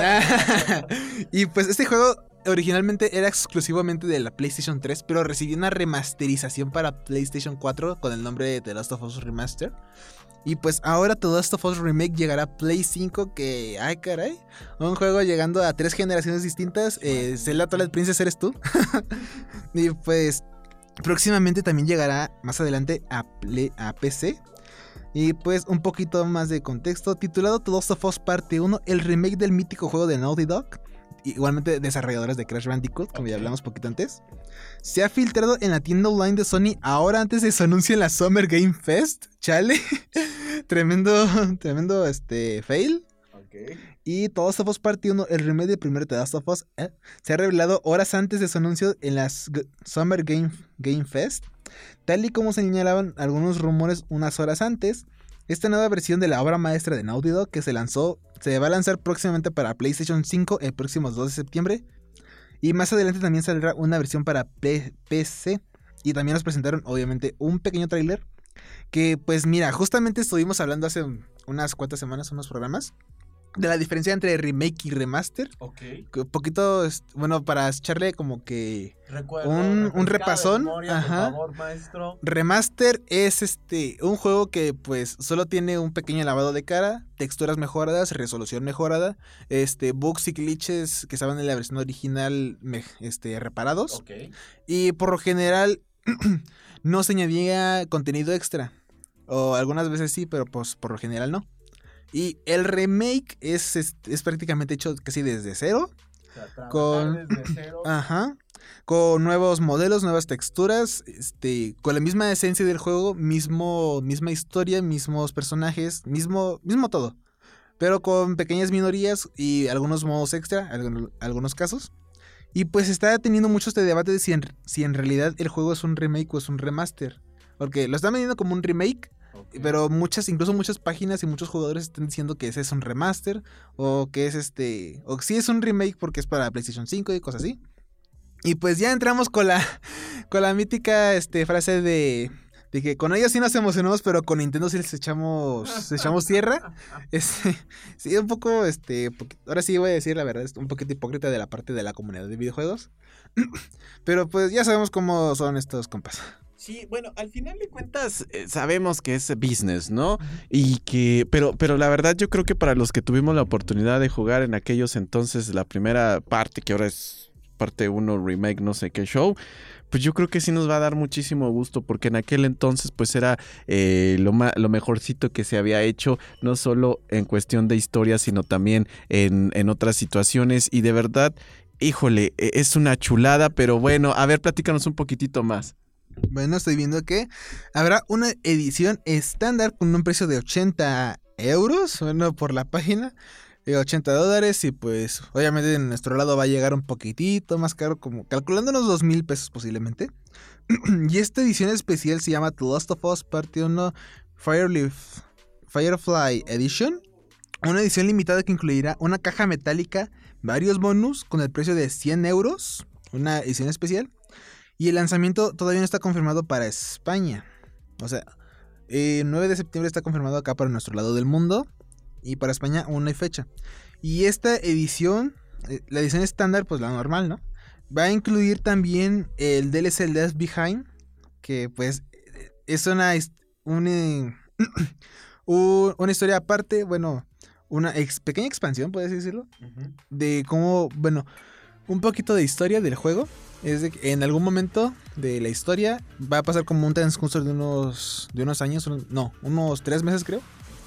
Y pues este juego originalmente era exclusivamente de la PlayStation 3, pero recibió una remasterización para PlayStation 4 con el nombre de The Last of Us Remaster. Y pues ahora The Last of Us Remake llegará a Play 5, que... ¡ay, caray! Un juego llegando a 3 generaciones distintas. Zelda Twilight Princess eres tú. Y pues próximamente también llegará más adelante a PC. Y pues un poquito más de contexto. Titulado The Last of Us Parte 1, el remake del mítico juego de Naughty Dog, igualmente desarrolladores de Crash Bandicoot, como ya hablamos poquito antes, se ha filtrado en la tienda online de Sony ahora antes de su anuncio en la Summer Game Fest. Chale. tremendo fail. Okay. Y The Last of Us Part 1, el remake del primer The Last of Us, se ha revelado horas antes de su anuncio en la Summer Game Fest. Tal y como señalaban algunos rumores unas horas antes, esta nueva versión de la obra maestra de Naughty Dog que se va a lanzar próximamente para PlayStation 5 el próximo 2 de septiembre. Y más adelante también saldrá una versión para PC. Y también nos presentaron obviamente un pequeño tráiler que pues mira, justamente estuvimos hablando hace unas cuantas semanas, unos programas, de la diferencia entre remake y remaster. Ok. Un poquito, bueno, para echarle como que un repasón. Memoria, ajá. por favor, maestro. Remaster es un juego que pues solo tiene un pequeño lavado de cara, texturas mejoradas, resolución mejorada, bugs y glitches que estaban en la versión original reparados. Ok. Y por lo general no se añadía contenido extra. O algunas veces sí, pero pues por lo general no. Y el remake es prácticamente hecho casi desde cero. O sea, trabajar Con- desde cero. Ajá. Con nuevos modelos, nuevas texturas, con la misma esencia del juego, misma historia, mismos personajes, mismo todo. Pero con pequeñas minorías y algunos modos extra, algunos casos. Y pues está teniendo mucho este debate de si en realidad el juego es un remake o es un remaster. Porque lo están vendiendo como un remake, Ok. pero incluso muchas páginas y muchos jugadores están diciendo que ese es un remaster. O que es o que sí es un remake porque es para PlayStation 5 y cosas así. Y pues ya entramos con la mítica frase de que con ellos sí nos emocionamos, pero con Nintendo sí les echamos tierra. Sí, un poco, ahora sí voy a decir la verdad, es un poquito hipócrita de la parte de la comunidad de videojuegos. Pero pues ya sabemos cómo son estos compas. Sí, bueno, al final de cuentas sabemos que es business, ¿no? Pero la verdad yo creo que para los que tuvimos la oportunidad de jugar en aquellos entonces la primera parte, que ahora es parte 1 remake, no sé qué show, pues yo creo que sí nos va a dar muchísimo gusto porque en aquel entonces pues era lo mejorcito que se había hecho, no solo en cuestión de historia, sino también en otras situaciones y de verdad, híjole, es una chulada, pero bueno, a ver, platícanos un poquitito más. Bueno, estoy viendo que habrá una edición estándar con un precio de 80 euros, bueno, por la página. $80 y pues obviamente en nuestro lado va a llegar un poquitito más caro, como calculando unos 2,000 pesos posiblemente. Y esta edición especial se llama The Last of Us Parte 1 Firefly Edition. Una edición limitada que incluirá una caja metálica, varios bonus con el precio de 100 euros. Una edición especial. Y el lanzamiento todavía no está confirmado para España. O sea, 9 de septiembre está confirmado acá para nuestro lado del mundo. Y para España aún no hay fecha. Y esta edición, la edición estándar, pues la normal, ¿no? Va a incluir también el DLC Left Behind. Que pues es una historia aparte, bueno, una pequeña expansión, puedes decirlo. Ujú. De cómo, bueno, un poquito de historia del juego. Es de que en algún momento de la historia va a pasar como un transcurso de unos años, unos 3 meses creo.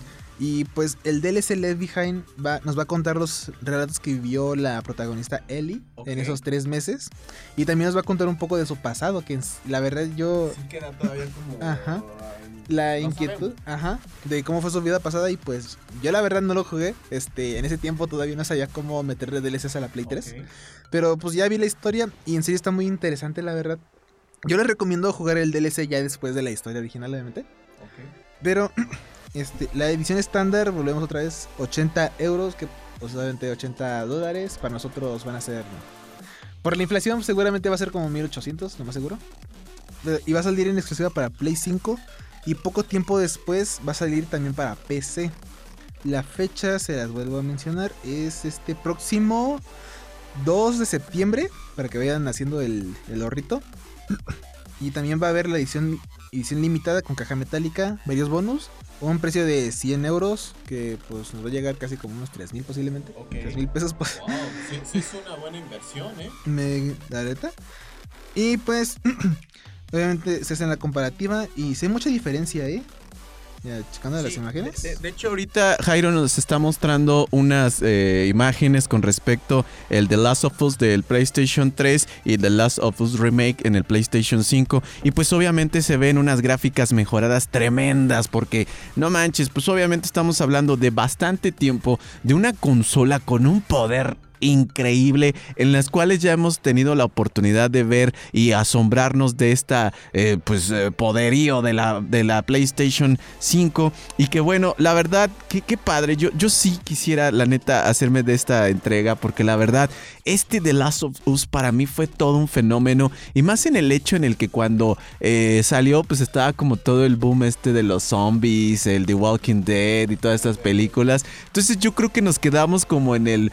Y pues el DLC Left Behind nos va a contar los relatos que vivió la protagonista Ellie en esos 3 meses. Y también nos va a contar un poco de su pasado, que la verdad yo... Sí queda todavía como... Ajá. La no inquietud, sabemos. de cómo fue su vida pasada. Y pues yo la verdad no lo jugué. En ese tiempo todavía no sabía cómo meterle DLCs a la Play 3. Ok. Pero pues ya vi la historia y en serio está muy interesante, la verdad. Yo les recomiendo jugar el DLC ya después de la historia original, obviamente. Ok. Pero la edición estándar, volvemos otra vez, 80 euros, que pues obviamente $80 para nosotros van a ser... Por la inflación seguramente va a ser como 1,800, lo más seguro. Y va a salir en exclusiva para Play 5 y poco tiempo después va a salir también para PC. La fecha, se las vuelvo a mencionar, es este próximo 2 de septiembre, para que vayan haciendo el ahorrito. Y también va a haber la edición limitada con caja metálica, varios bonus, un precio de 100 euros, que pues nos va a llegar casi como unos 3,000 posiblemente. Ok. 3,000 pesos, pues, Wow, sí es una buena inversión, ¿eh? la neta. Y pues, obviamente se hace en la comparativa y se ve mucha diferencia, ¿eh? Ya, checando las Sí, imágenes. De hecho, ahorita Jairo nos está mostrando unas imágenes con respecto el The Last of Us del PlayStation 3 y The Last of Us Remake en el PlayStation 5. Y pues obviamente se ven unas gráficas mejoradas tremendas porque no manches, pues obviamente estamos hablando de bastante tiempo, de una consola con un poder increíble, en las cuales ya hemos tenido la oportunidad de ver y asombrarnos de esta poderío de la PlayStation 5. Y que bueno, la verdad, qué padre. Yo sí quisiera, la neta, hacerme de esta entrega, porque la verdad, The Last of Us para mí fue todo un fenómeno. Y más en el hecho en el que cuando salió, pues estaba como todo el boom de los zombies, el The Walking Dead y todas estas películas. Entonces yo creo que nos quedamos como en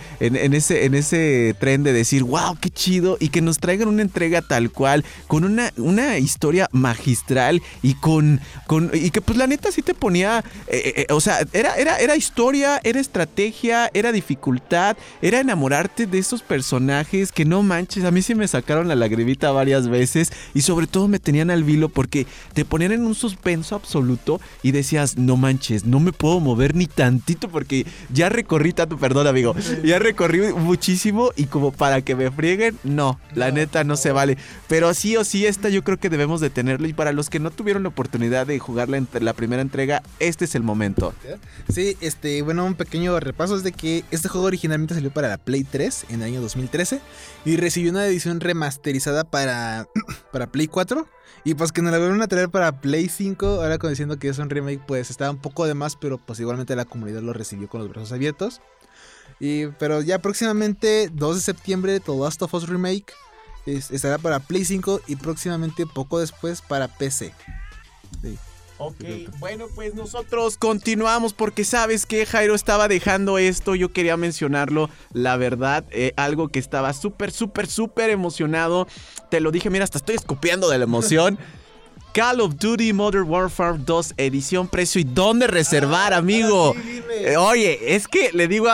ese tren de decir, wow, qué chido, y que nos traigan una entrega tal cual, con una historia magistral y y que pues la neta sí te ponía, o sea, era historia, era estrategia, era dificultad, era enamorarte de esos personajes que no manches, a mí sí me sacaron la lagrimita varias veces y sobre todo me tenían al vilo porque te ponían en un suspenso absoluto y decías, no manches, no me puedo mover ni tantito porque ya recorrí tanto, perdón amigo, ya recorrí muchísimo y como para que me frieguen, no, la neta no se vale. Pero sí o sí, esta yo creo que debemos de tenerlo. Y para los que no tuvieron la oportunidad de jugar la primera entrega, este es el momento. Sí, bueno, un pequeño repaso es de que este juego originalmente salió para la Play 3 en el año 2013 y recibió una edición remasterizada para Play 4. Y pues que nos la volvieron a traer para Play 5, ahora diciendo que es un remake, pues estaba un poco de más, pero pues igualmente la comunidad lo recibió con los brazos abiertos. Pero ya próximamente, 2 de septiembre, The Last of Us Remake estará para Play 5 y próximamente poco después para PC. Sí. Ok, bueno, pues nosotros continuamos porque sabes que Jairo estaba dejando esto, yo quería mencionarlo, la verdad, algo que estaba súper emocionado, te lo dije, mira, hasta estoy escupiendo de la emoción. Call of Duty Modern Warfare 2 edición, precio y dónde reservar, amigo. Sí, Oye, es que le digo,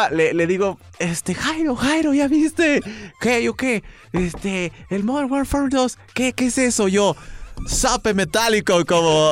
Jairo, ¿ya viste? ¿Qué? El Modern Warfare 2, ¿qué es eso? Yo, zape metálico como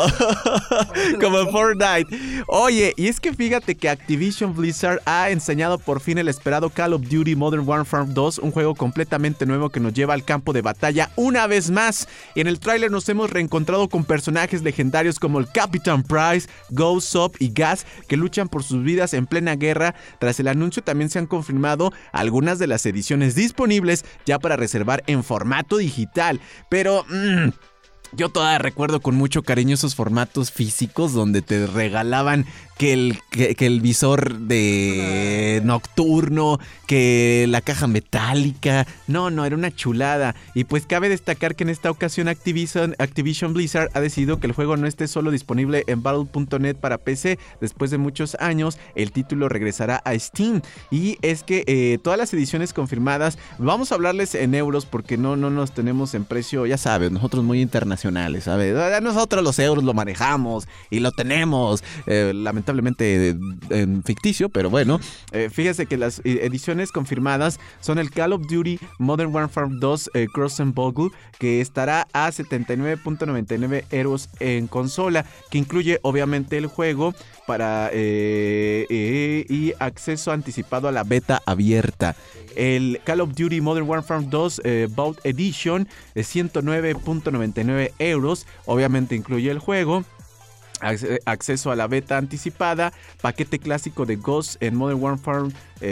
Fortnite. Oye, y es que fíjate que Activision Blizzard ha enseñado por fin el esperado Call of Duty Modern Warfare 2, un juego completamente nuevo que nos lleva al campo de batalla una vez más. En el tráiler nos hemos reencontrado con personajes legendarios como el Captain Price, Ghost, Soap y Gas, que luchan por sus vidas en plena guerra. Tras el anuncio también se han confirmado algunas de las ediciones disponibles ya para reservar en formato digital. Pero yo todavía recuerdo con mucho cariño esos formatos físicos donde te regalaban que el visor de nocturno, que la caja metálica. No, era una chulada. Y pues cabe destacar que en esta ocasión Activision Blizzard ha decidido que el juego no esté solo disponible en Battle.net para PC. Después de muchos años, el título regresará a Steam. Y es que todas las ediciones confirmadas, vamos a hablarles en euros porque no nos tenemos en precio, ya sabes, nosotros muy internacionales, ¿sabes? Nosotros los euros lo manejamos y lo tenemos, lamentablemente en ficticio, pero bueno, fíjese que las ediciones confirmadas son el Call of Duty Modern Warfare 2 Cross and Bogle, que estará a 79.99 euros en consola, que incluye obviamente el juego para y acceso anticipado a la beta abierta. El Call of Duty Modern Warfare 2 Vault Edition, 109.99 euros, obviamente incluye el juego, acceso a la beta anticipada, paquete clásico de Ghost en Modern Warfare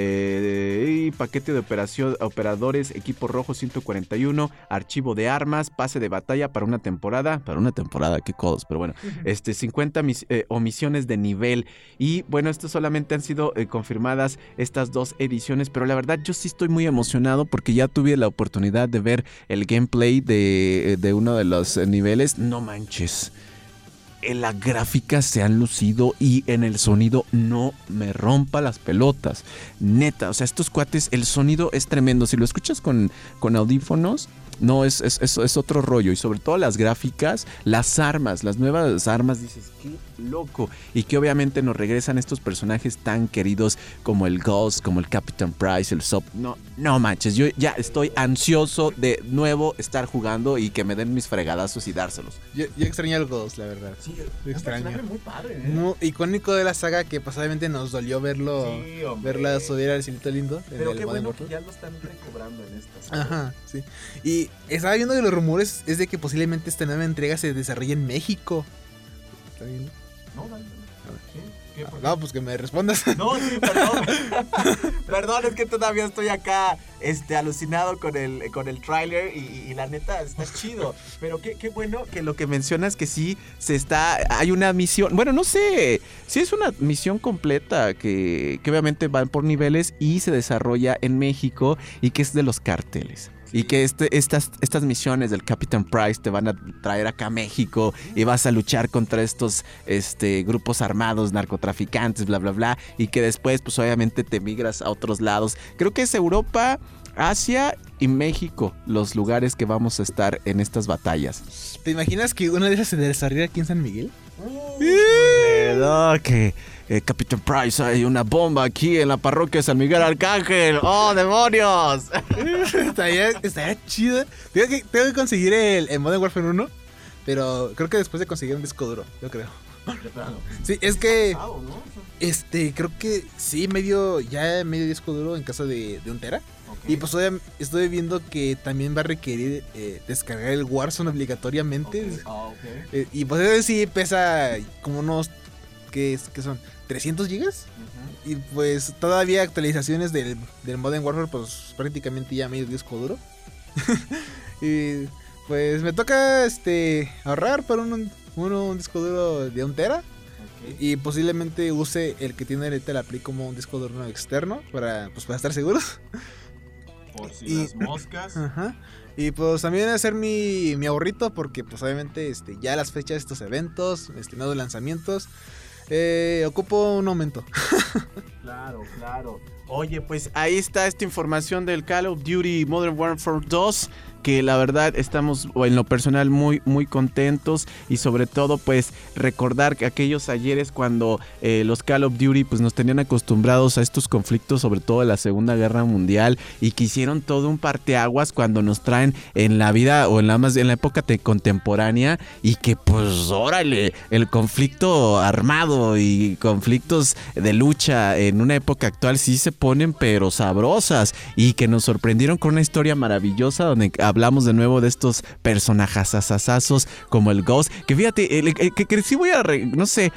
y paquete de operadores, equipo rojo 141, archivo de armas, pase de batalla para una temporada, qué codos, pero bueno, 50 misiones de nivel. Y bueno, esto solamente han sido confirmadas estas dos ediciones, pero la verdad yo sí estoy muy emocionado porque ya tuve la oportunidad de ver el gameplay de uno de los niveles. No manches, en la gráfica se han lucido y en el sonido no me rompa las pelotas. Neta, o sea, estos cuates, el sonido es tremendo. Si lo escuchas con audífonos, no, es otro rollo. Y sobre todo las gráficas, las nuevas armas, dices, qué loco. Y que obviamente nos regresan estos personajes tan queridos como el Ghost, como el Captain Price, el Soap. No manches, yo ya estoy ansioso de nuevo estar jugando y que me den mis fregadazos y dárselos. Yo extraño el Ghost, la verdad. Sí, lo extraño. Un personaje muy padre, Muy icónico de la saga, que pasadamente nos dolió verlo, verla subir al cielito lindo. Pero qué bueno que ya lo están recobrando en esta saga. Ajá, sí. Y estaba viendo que los rumores es de que posiblemente esta nueva entrega se desarrolle en México. ¿Está bien? No, dale. ¿Qué? No, pues que me respondas. No, sí, perdón. Perdón, es que todavía estoy acá alucinado con el tráiler y la neta está chido. Pero qué bueno que lo que mencionas que sí hay una misión. Bueno, no sé, sí es una misión completa que obviamente van por niveles y se desarrolla en México y que es de los carteles. Y que estas misiones del Captain Price te van a traer acá a México y vas a luchar contra estos grupos armados, narcotraficantes, bla, bla, bla. Y que después, pues obviamente te migras a otros lados. Creo que es Europa, Asia y México los lugares que vamos a estar en estas batallas. ¿Te imaginas que una de esas se desarrolla aquí en San Miguel? No, que Captain Price, hay una bomba aquí en la parroquia de San Miguel Arcángel. ¡Oh, demonios! Estaría chido. Tengo que conseguir el Modern Warfare 1, pero creo que después de conseguir un disco duro, yo creo. De plano. Sí, es que Pesado, ¿no? creo que sí, medio disco duro en caso de 1 tera. Ok. Y pues estoy viendo que también va a requerir descargar el Warzone obligatoriamente. Ok. Y pues ese sí pesa como unos, ¿qué son? ¿300 gigas? Ujú. Y pues todavía actualizaciones del Modern Warfare, pues prácticamente ya medio disco duro. Y pues me toca ahorrar para un disco duro de 1 tera. Ok. Y posiblemente use el que tiene ahorita la Play como un disco duro externo para estar seguros. Por si Y- las moscas. Ajá. Y pues también hacer mi ahorrito porque pues obviamente ya las fechas de estos eventos, nuevos lanzamientos, ocupo un aumento. Claro, claro. Oye, pues ahí está esta información del Call of Duty Modern Warfare 2, que la verdad estamos en lo personal muy muy contentos, y sobre todo pues recordar que aquellos ayeres cuando los Call of Duty pues nos tenían acostumbrados a estos conflictos, sobre todo de la Segunda Guerra Mundial, y que hicieron todo un parteaguas cuando nos traen en la vida o en la época contemporánea, y que pues órale, el conflicto armado y conflictos de lucha en una época actual sí se ponen pero sabrosas, y que nos sorprendieron con una historia maravillosa donde hablamos de nuevo de estos personajes asasazos como el Ghost, que fíjate, que sí voy a, no sé,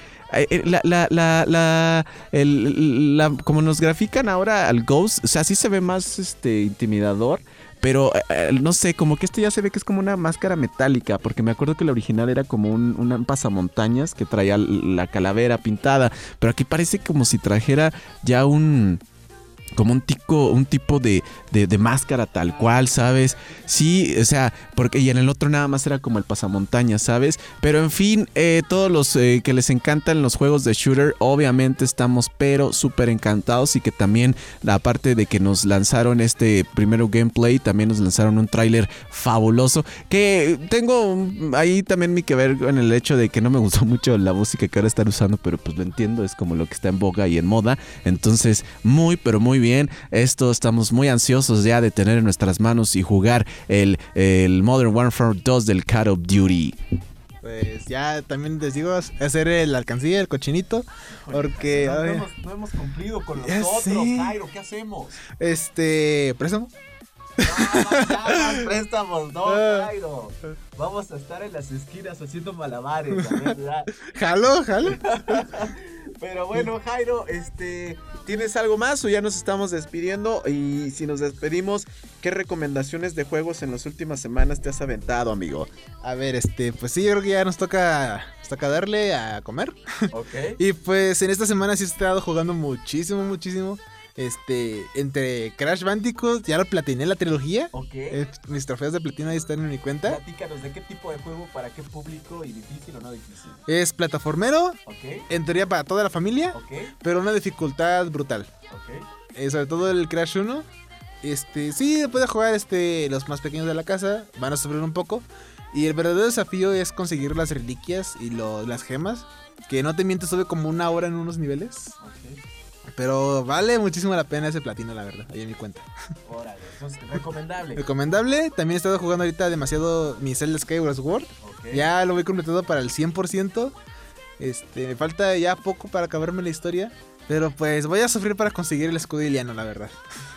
como nos grafican ahora al Ghost, o sea, sí se ve más intimidador. Pero no sé, como que ya se ve que es como una máscara metálica, porque me acuerdo que la original era como un pasamontañas que traía la calavera pintada, pero aquí parece como si trajera ya como un tipo de máscara tal cual, ¿sabes? Sí, o sea, porque y en el otro nada más era como el pasamontañas, ¿sabes? Pero en fin, todos los que les encantan los juegos de shooter, obviamente estamos pero súper encantados, y que también, aparte de que nos lanzaron primero gameplay, también nos lanzaron un tráiler fabuloso, que tengo ahí también mi que ver en el hecho de que no me gustó mucho la música que ahora están usando, pero pues lo entiendo, es como lo que está en boga y en moda, entonces muy pero muy bien. Esto estamos muy ansiosos ya de tener en nuestras manos y jugar el Modern Warfare 2 del Call of Duty. Pues ya también les digo hacer la alcancía, el cochinito, porque No hemos cumplido con los Ya otros, sé. Jairo, ¿qué hacemos? préstamo. No, préstamos, no, Ah. Jairo. Vamos a estar en las esquinas haciendo malabares, la verdad. Jalo. Pero bueno, Jairo, ¿Tienes algo más o ya nos estamos despidiendo? Y si nos despedimos, ¿qué recomendaciones de juegos en las últimas semanas te has aventado, amigo? A ver, pues sí, yo creo que ya nos toca darle a comer. ok. Y pues en esta semana sí he estado jugando muchísimo. Entre Crash Bandicoot, ya lo platiné la trilogía. Ok. Mis trofeos de platino ahí están en mi cuenta. Platícanos, ¿de qué tipo de juego, para qué público y difícil o no difícil? Es plataformero, Ok, en teoría para toda la familia, ok, pero una dificultad brutal. ok. Sobre todo el Crash 1. Sí, puede jugar los más pequeños de la casa, van a sufrir un poco. Y el verdadero desafío es conseguir las reliquias y las gemas. Que no te mientes, sube como 1 hora en unos niveles. Ok. Pero vale muchísimo la pena ese platino, la verdad, ahí en mi cuenta. Órale, entonces, recomendable. Recomendable. También he estado jugando ahorita demasiado mi Zelda Skyward Sword. Ok. Ya lo voy completado para el 100%. Me falta ya poco para acabarme la historia. Pero pues voy a sufrir para conseguir el escudo iliano, la verdad.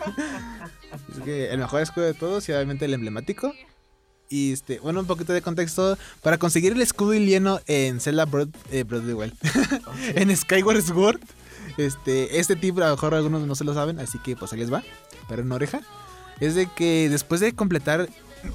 Es que el mejor escudo de todos y obviamente el emblemático. Y bueno, un poquito de contexto. Para conseguir el escudo iliano en Zelda Breath of the Wild, en Skyward Sword, este tip a lo mejor algunos no se lo saben, así que pues ahí les va, pero en oreja. Es de que después de completar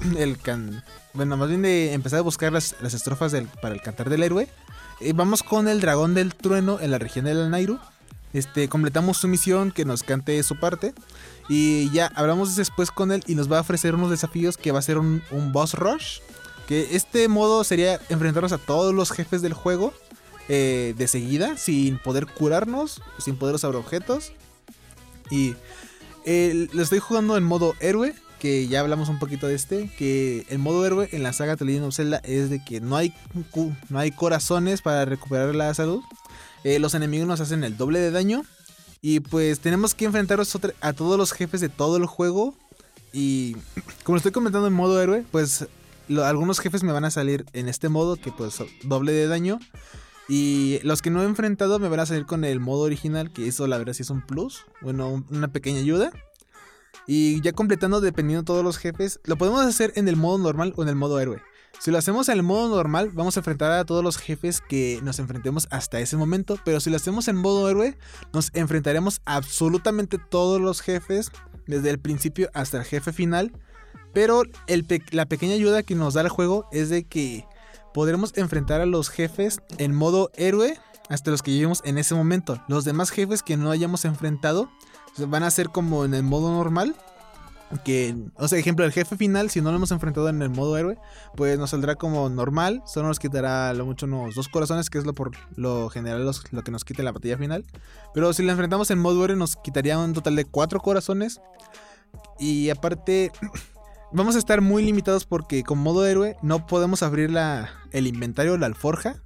bueno, más bien de empezar a buscar las estrofas para el cantar del héroe, vamos con el dragón del trueno en la región del Nairu. Completamos su misión, que nos cante su parte. Y ya hablamos después con él y nos va a ofrecer unos desafíos que va a ser un boss rush. Que este modo sería enfrentarnos a todos los jefes del juego de seguida, sin poder curarnos, sin poder usar objetos. Y lo estoy jugando en modo héroe, que ya hablamos un poquito de que el modo héroe en la saga The Legend of Zelda es de que no hay corazones para recuperar la salud. Los enemigos nos hacen el doble de daño. Y pues tenemos que enfrentarnos a todos los jefes de todo el juego. Y como estoy comentando en modo héroe, pues algunos jefes me van a salir en este modo, que pues doble de daño. Y los que no he enfrentado me van a salir con el modo original, que eso la verdad sí es un plus, bueno, una pequeña ayuda. Y ya completando, dependiendo de todos los jefes, lo podemos hacer en el modo normal o en el modo héroe. Si lo hacemos en el modo normal, vamos a enfrentar a todos los jefes que nos enfrentemos hasta ese momento. Pero si lo hacemos en modo héroe, nos enfrentaremos a absolutamente todos los jefes, desde el principio hasta el jefe final. Pero la pequeña ayuda que nos da el juego es de que podremos enfrentar a los jefes en modo héroe hasta los que lleguemos en ese momento. Los demás jefes que no hayamos enfrentado van a ser como en el modo normal. O sea, ejemplo, el jefe final, si no lo hemos enfrentado en el modo héroe, pues nos saldrá como normal. Solo nos quitará a lo mucho unos 2 corazones, que es por lo general lo que nos quita en la batalla final. Pero si lo enfrentamos en modo héroe, nos quitaría un total de 4 corazones. Y aparte, vamos a estar muy limitados porque con modo héroe no podemos abrir el inventario, la alforja.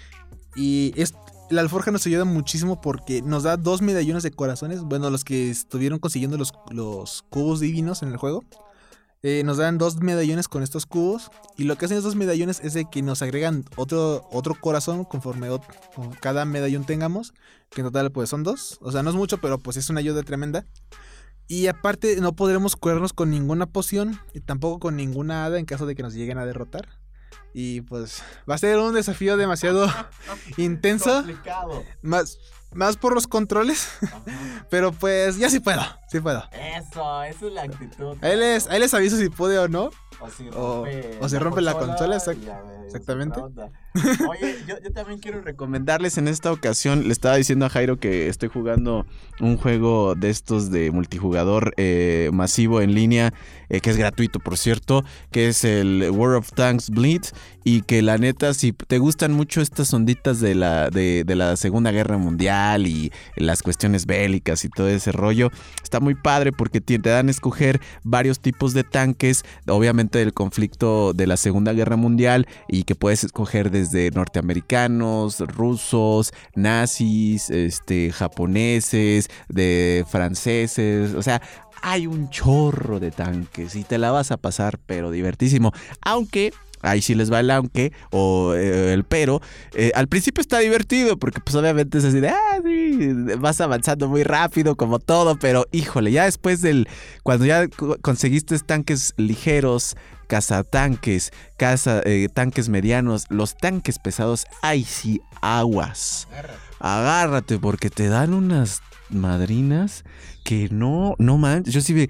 Y la alforja nos ayuda muchísimo porque nos da 2 medallones de corazones. Bueno, los que estuvieron consiguiendo los cubos divinos en el juego, nos dan 2 medallones con estos cubos. Y lo que hacen estos medallones es de que nos agregan otro corazón conforme cada medallón tengamos, que en total pues son 2. O sea, no es mucho, pero pues es una ayuda tremenda. Y aparte no podremos curarnos con ninguna poción y tampoco con ninguna hada en caso de que nos lleguen a derrotar. Y pues va a ser un desafío demasiado intenso. Complicado. Más por los controles. Pero pues ya sí puedo. Eso es la actitud. Ahí les aviso si pude o no. O se rompe la consola, exactamente. Oye, yo también quiero recomendarles en esta ocasión. Le estaba diciendo a Jairo que estoy jugando un juego de estos de multijugador masivo en línea, que es gratuito, por cierto, que es el World of Tanks Bleed. Y que la neta, si te gustan mucho estas onditas de la Segunda Guerra Mundial y las cuestiones bélicas y todo ese rollo, está muy padre porque te dan a escoger varios tipos de tanques, obviamente del conflicto de la Segunda Guerra Mundial, y que puedes escoger desde norteamericanos, rusos, nazis, japoneses, de franceses, o sea, hay un chorro de tanques y te la vas a pasar pero divertísimo, aunque... Ahí sí les va el aunque o el pero. Al principio está divertido porque pues obviamente es así de, sí, vas avanzando muy rápido como todo, pero híjole, ya después cuando ya conseguiste tanques ligeros, cazatanques, tanques medianos, los tanques pesados, ahí sí aguas. Agárrate porque te dan unas madrinas que no manches. Yo sí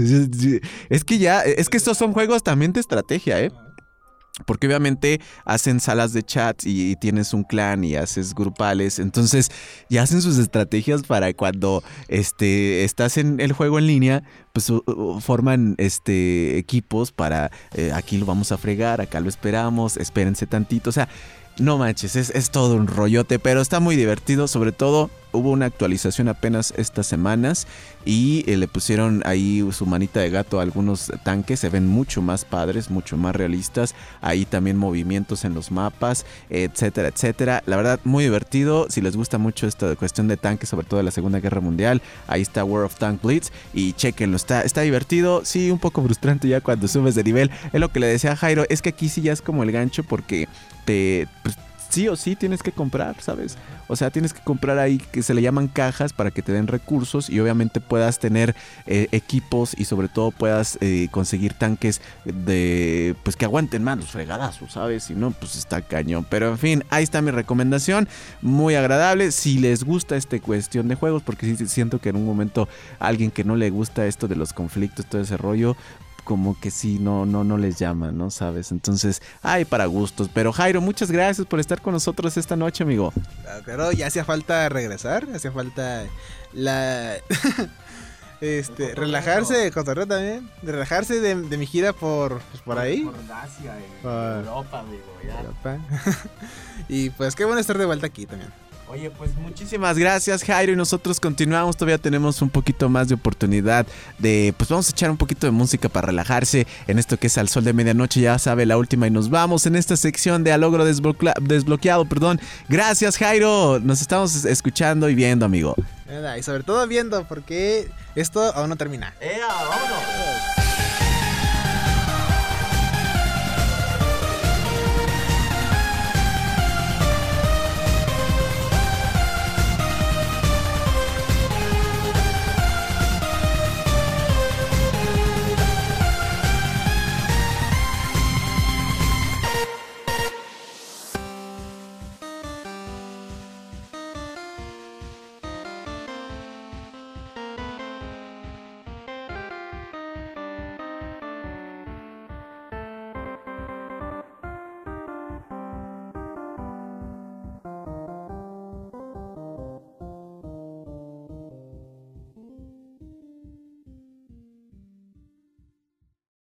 es que estos son juegos también de estrategia, porque obviamente hacen salas de chat y tienes un clan y haces grupales. Entonces ya hacen sus estrategias para cuando estás en el juego en línea. Pues forman equipos para aquí lo vamos a fregar, acá lo esperamos, espérense tantito. O sea, no manches, es todo un rollote, pero está muy divertido. Sobre todo hubo una actualización apenas estas semanas y le pusieron ahí su manita de gato a algunos tanques. Se ven mucho más padres, mucho más realistas. Ahí también movimientos en los mapas, etcétera, etcétera. La verdad, muy divertido. Si les gusta mucho esta cuestión de tanques, sobre todo de la Segunda Guerra Mundial, ahí está World of Tanks Bleed y chéquenlo, está divertido. Sí, un poco frustrante ya cuando subes de nivel. Es lo que le decía a Jairo, es que aquí sí ya es como el gancho porque pues, sí o sí tienes que comprar, ¿sabes? O sea, tienes que comprar ahí que se le llaman cajas para que te den recursos y obviamente puedas tener equipos y sobre todo puedas conseguir tanques pues que aguanten más los fregadazos, ¿sabes? Si no, pues está cañón. Pero en fin, ahí está mi recomendación, muy agradable. Si les gusta esta cuestión de juegos, porque sí siento que en un momento alguien que no le gusta esto de los conflictos, todo ese rollo, como que sí, no les llama, ¿no? ¿Sabes? Entonces, hay para gustos. Pero Jairo, muchas gracias por estar con nosotros esta noche, amigo. Claro, ya hacía falta regresar, hacía falta relajarse, cotorreo también, relajarse de mi gira por ahí. Por Asia, Europa, amigo, ya. Europa. Y pues qué bueno estar de vuelta aquí también. Oye, pues muchísimas gracias, Jairo, y nosotros continuamos, todavía tenemos un poquito más de oportunidad pues vamos a echar un poquito de música para relajarse en esto que es Al Sol de Medianoche, ya sabe, la última, y nos vamos en esta sección de A Logro Desbloqueado, perdón. Gracias, Jairo, nos estamos escuchando y viendo, amigo. Y sobre todo viendo, porque esto aún no termina. ¡Vámonos!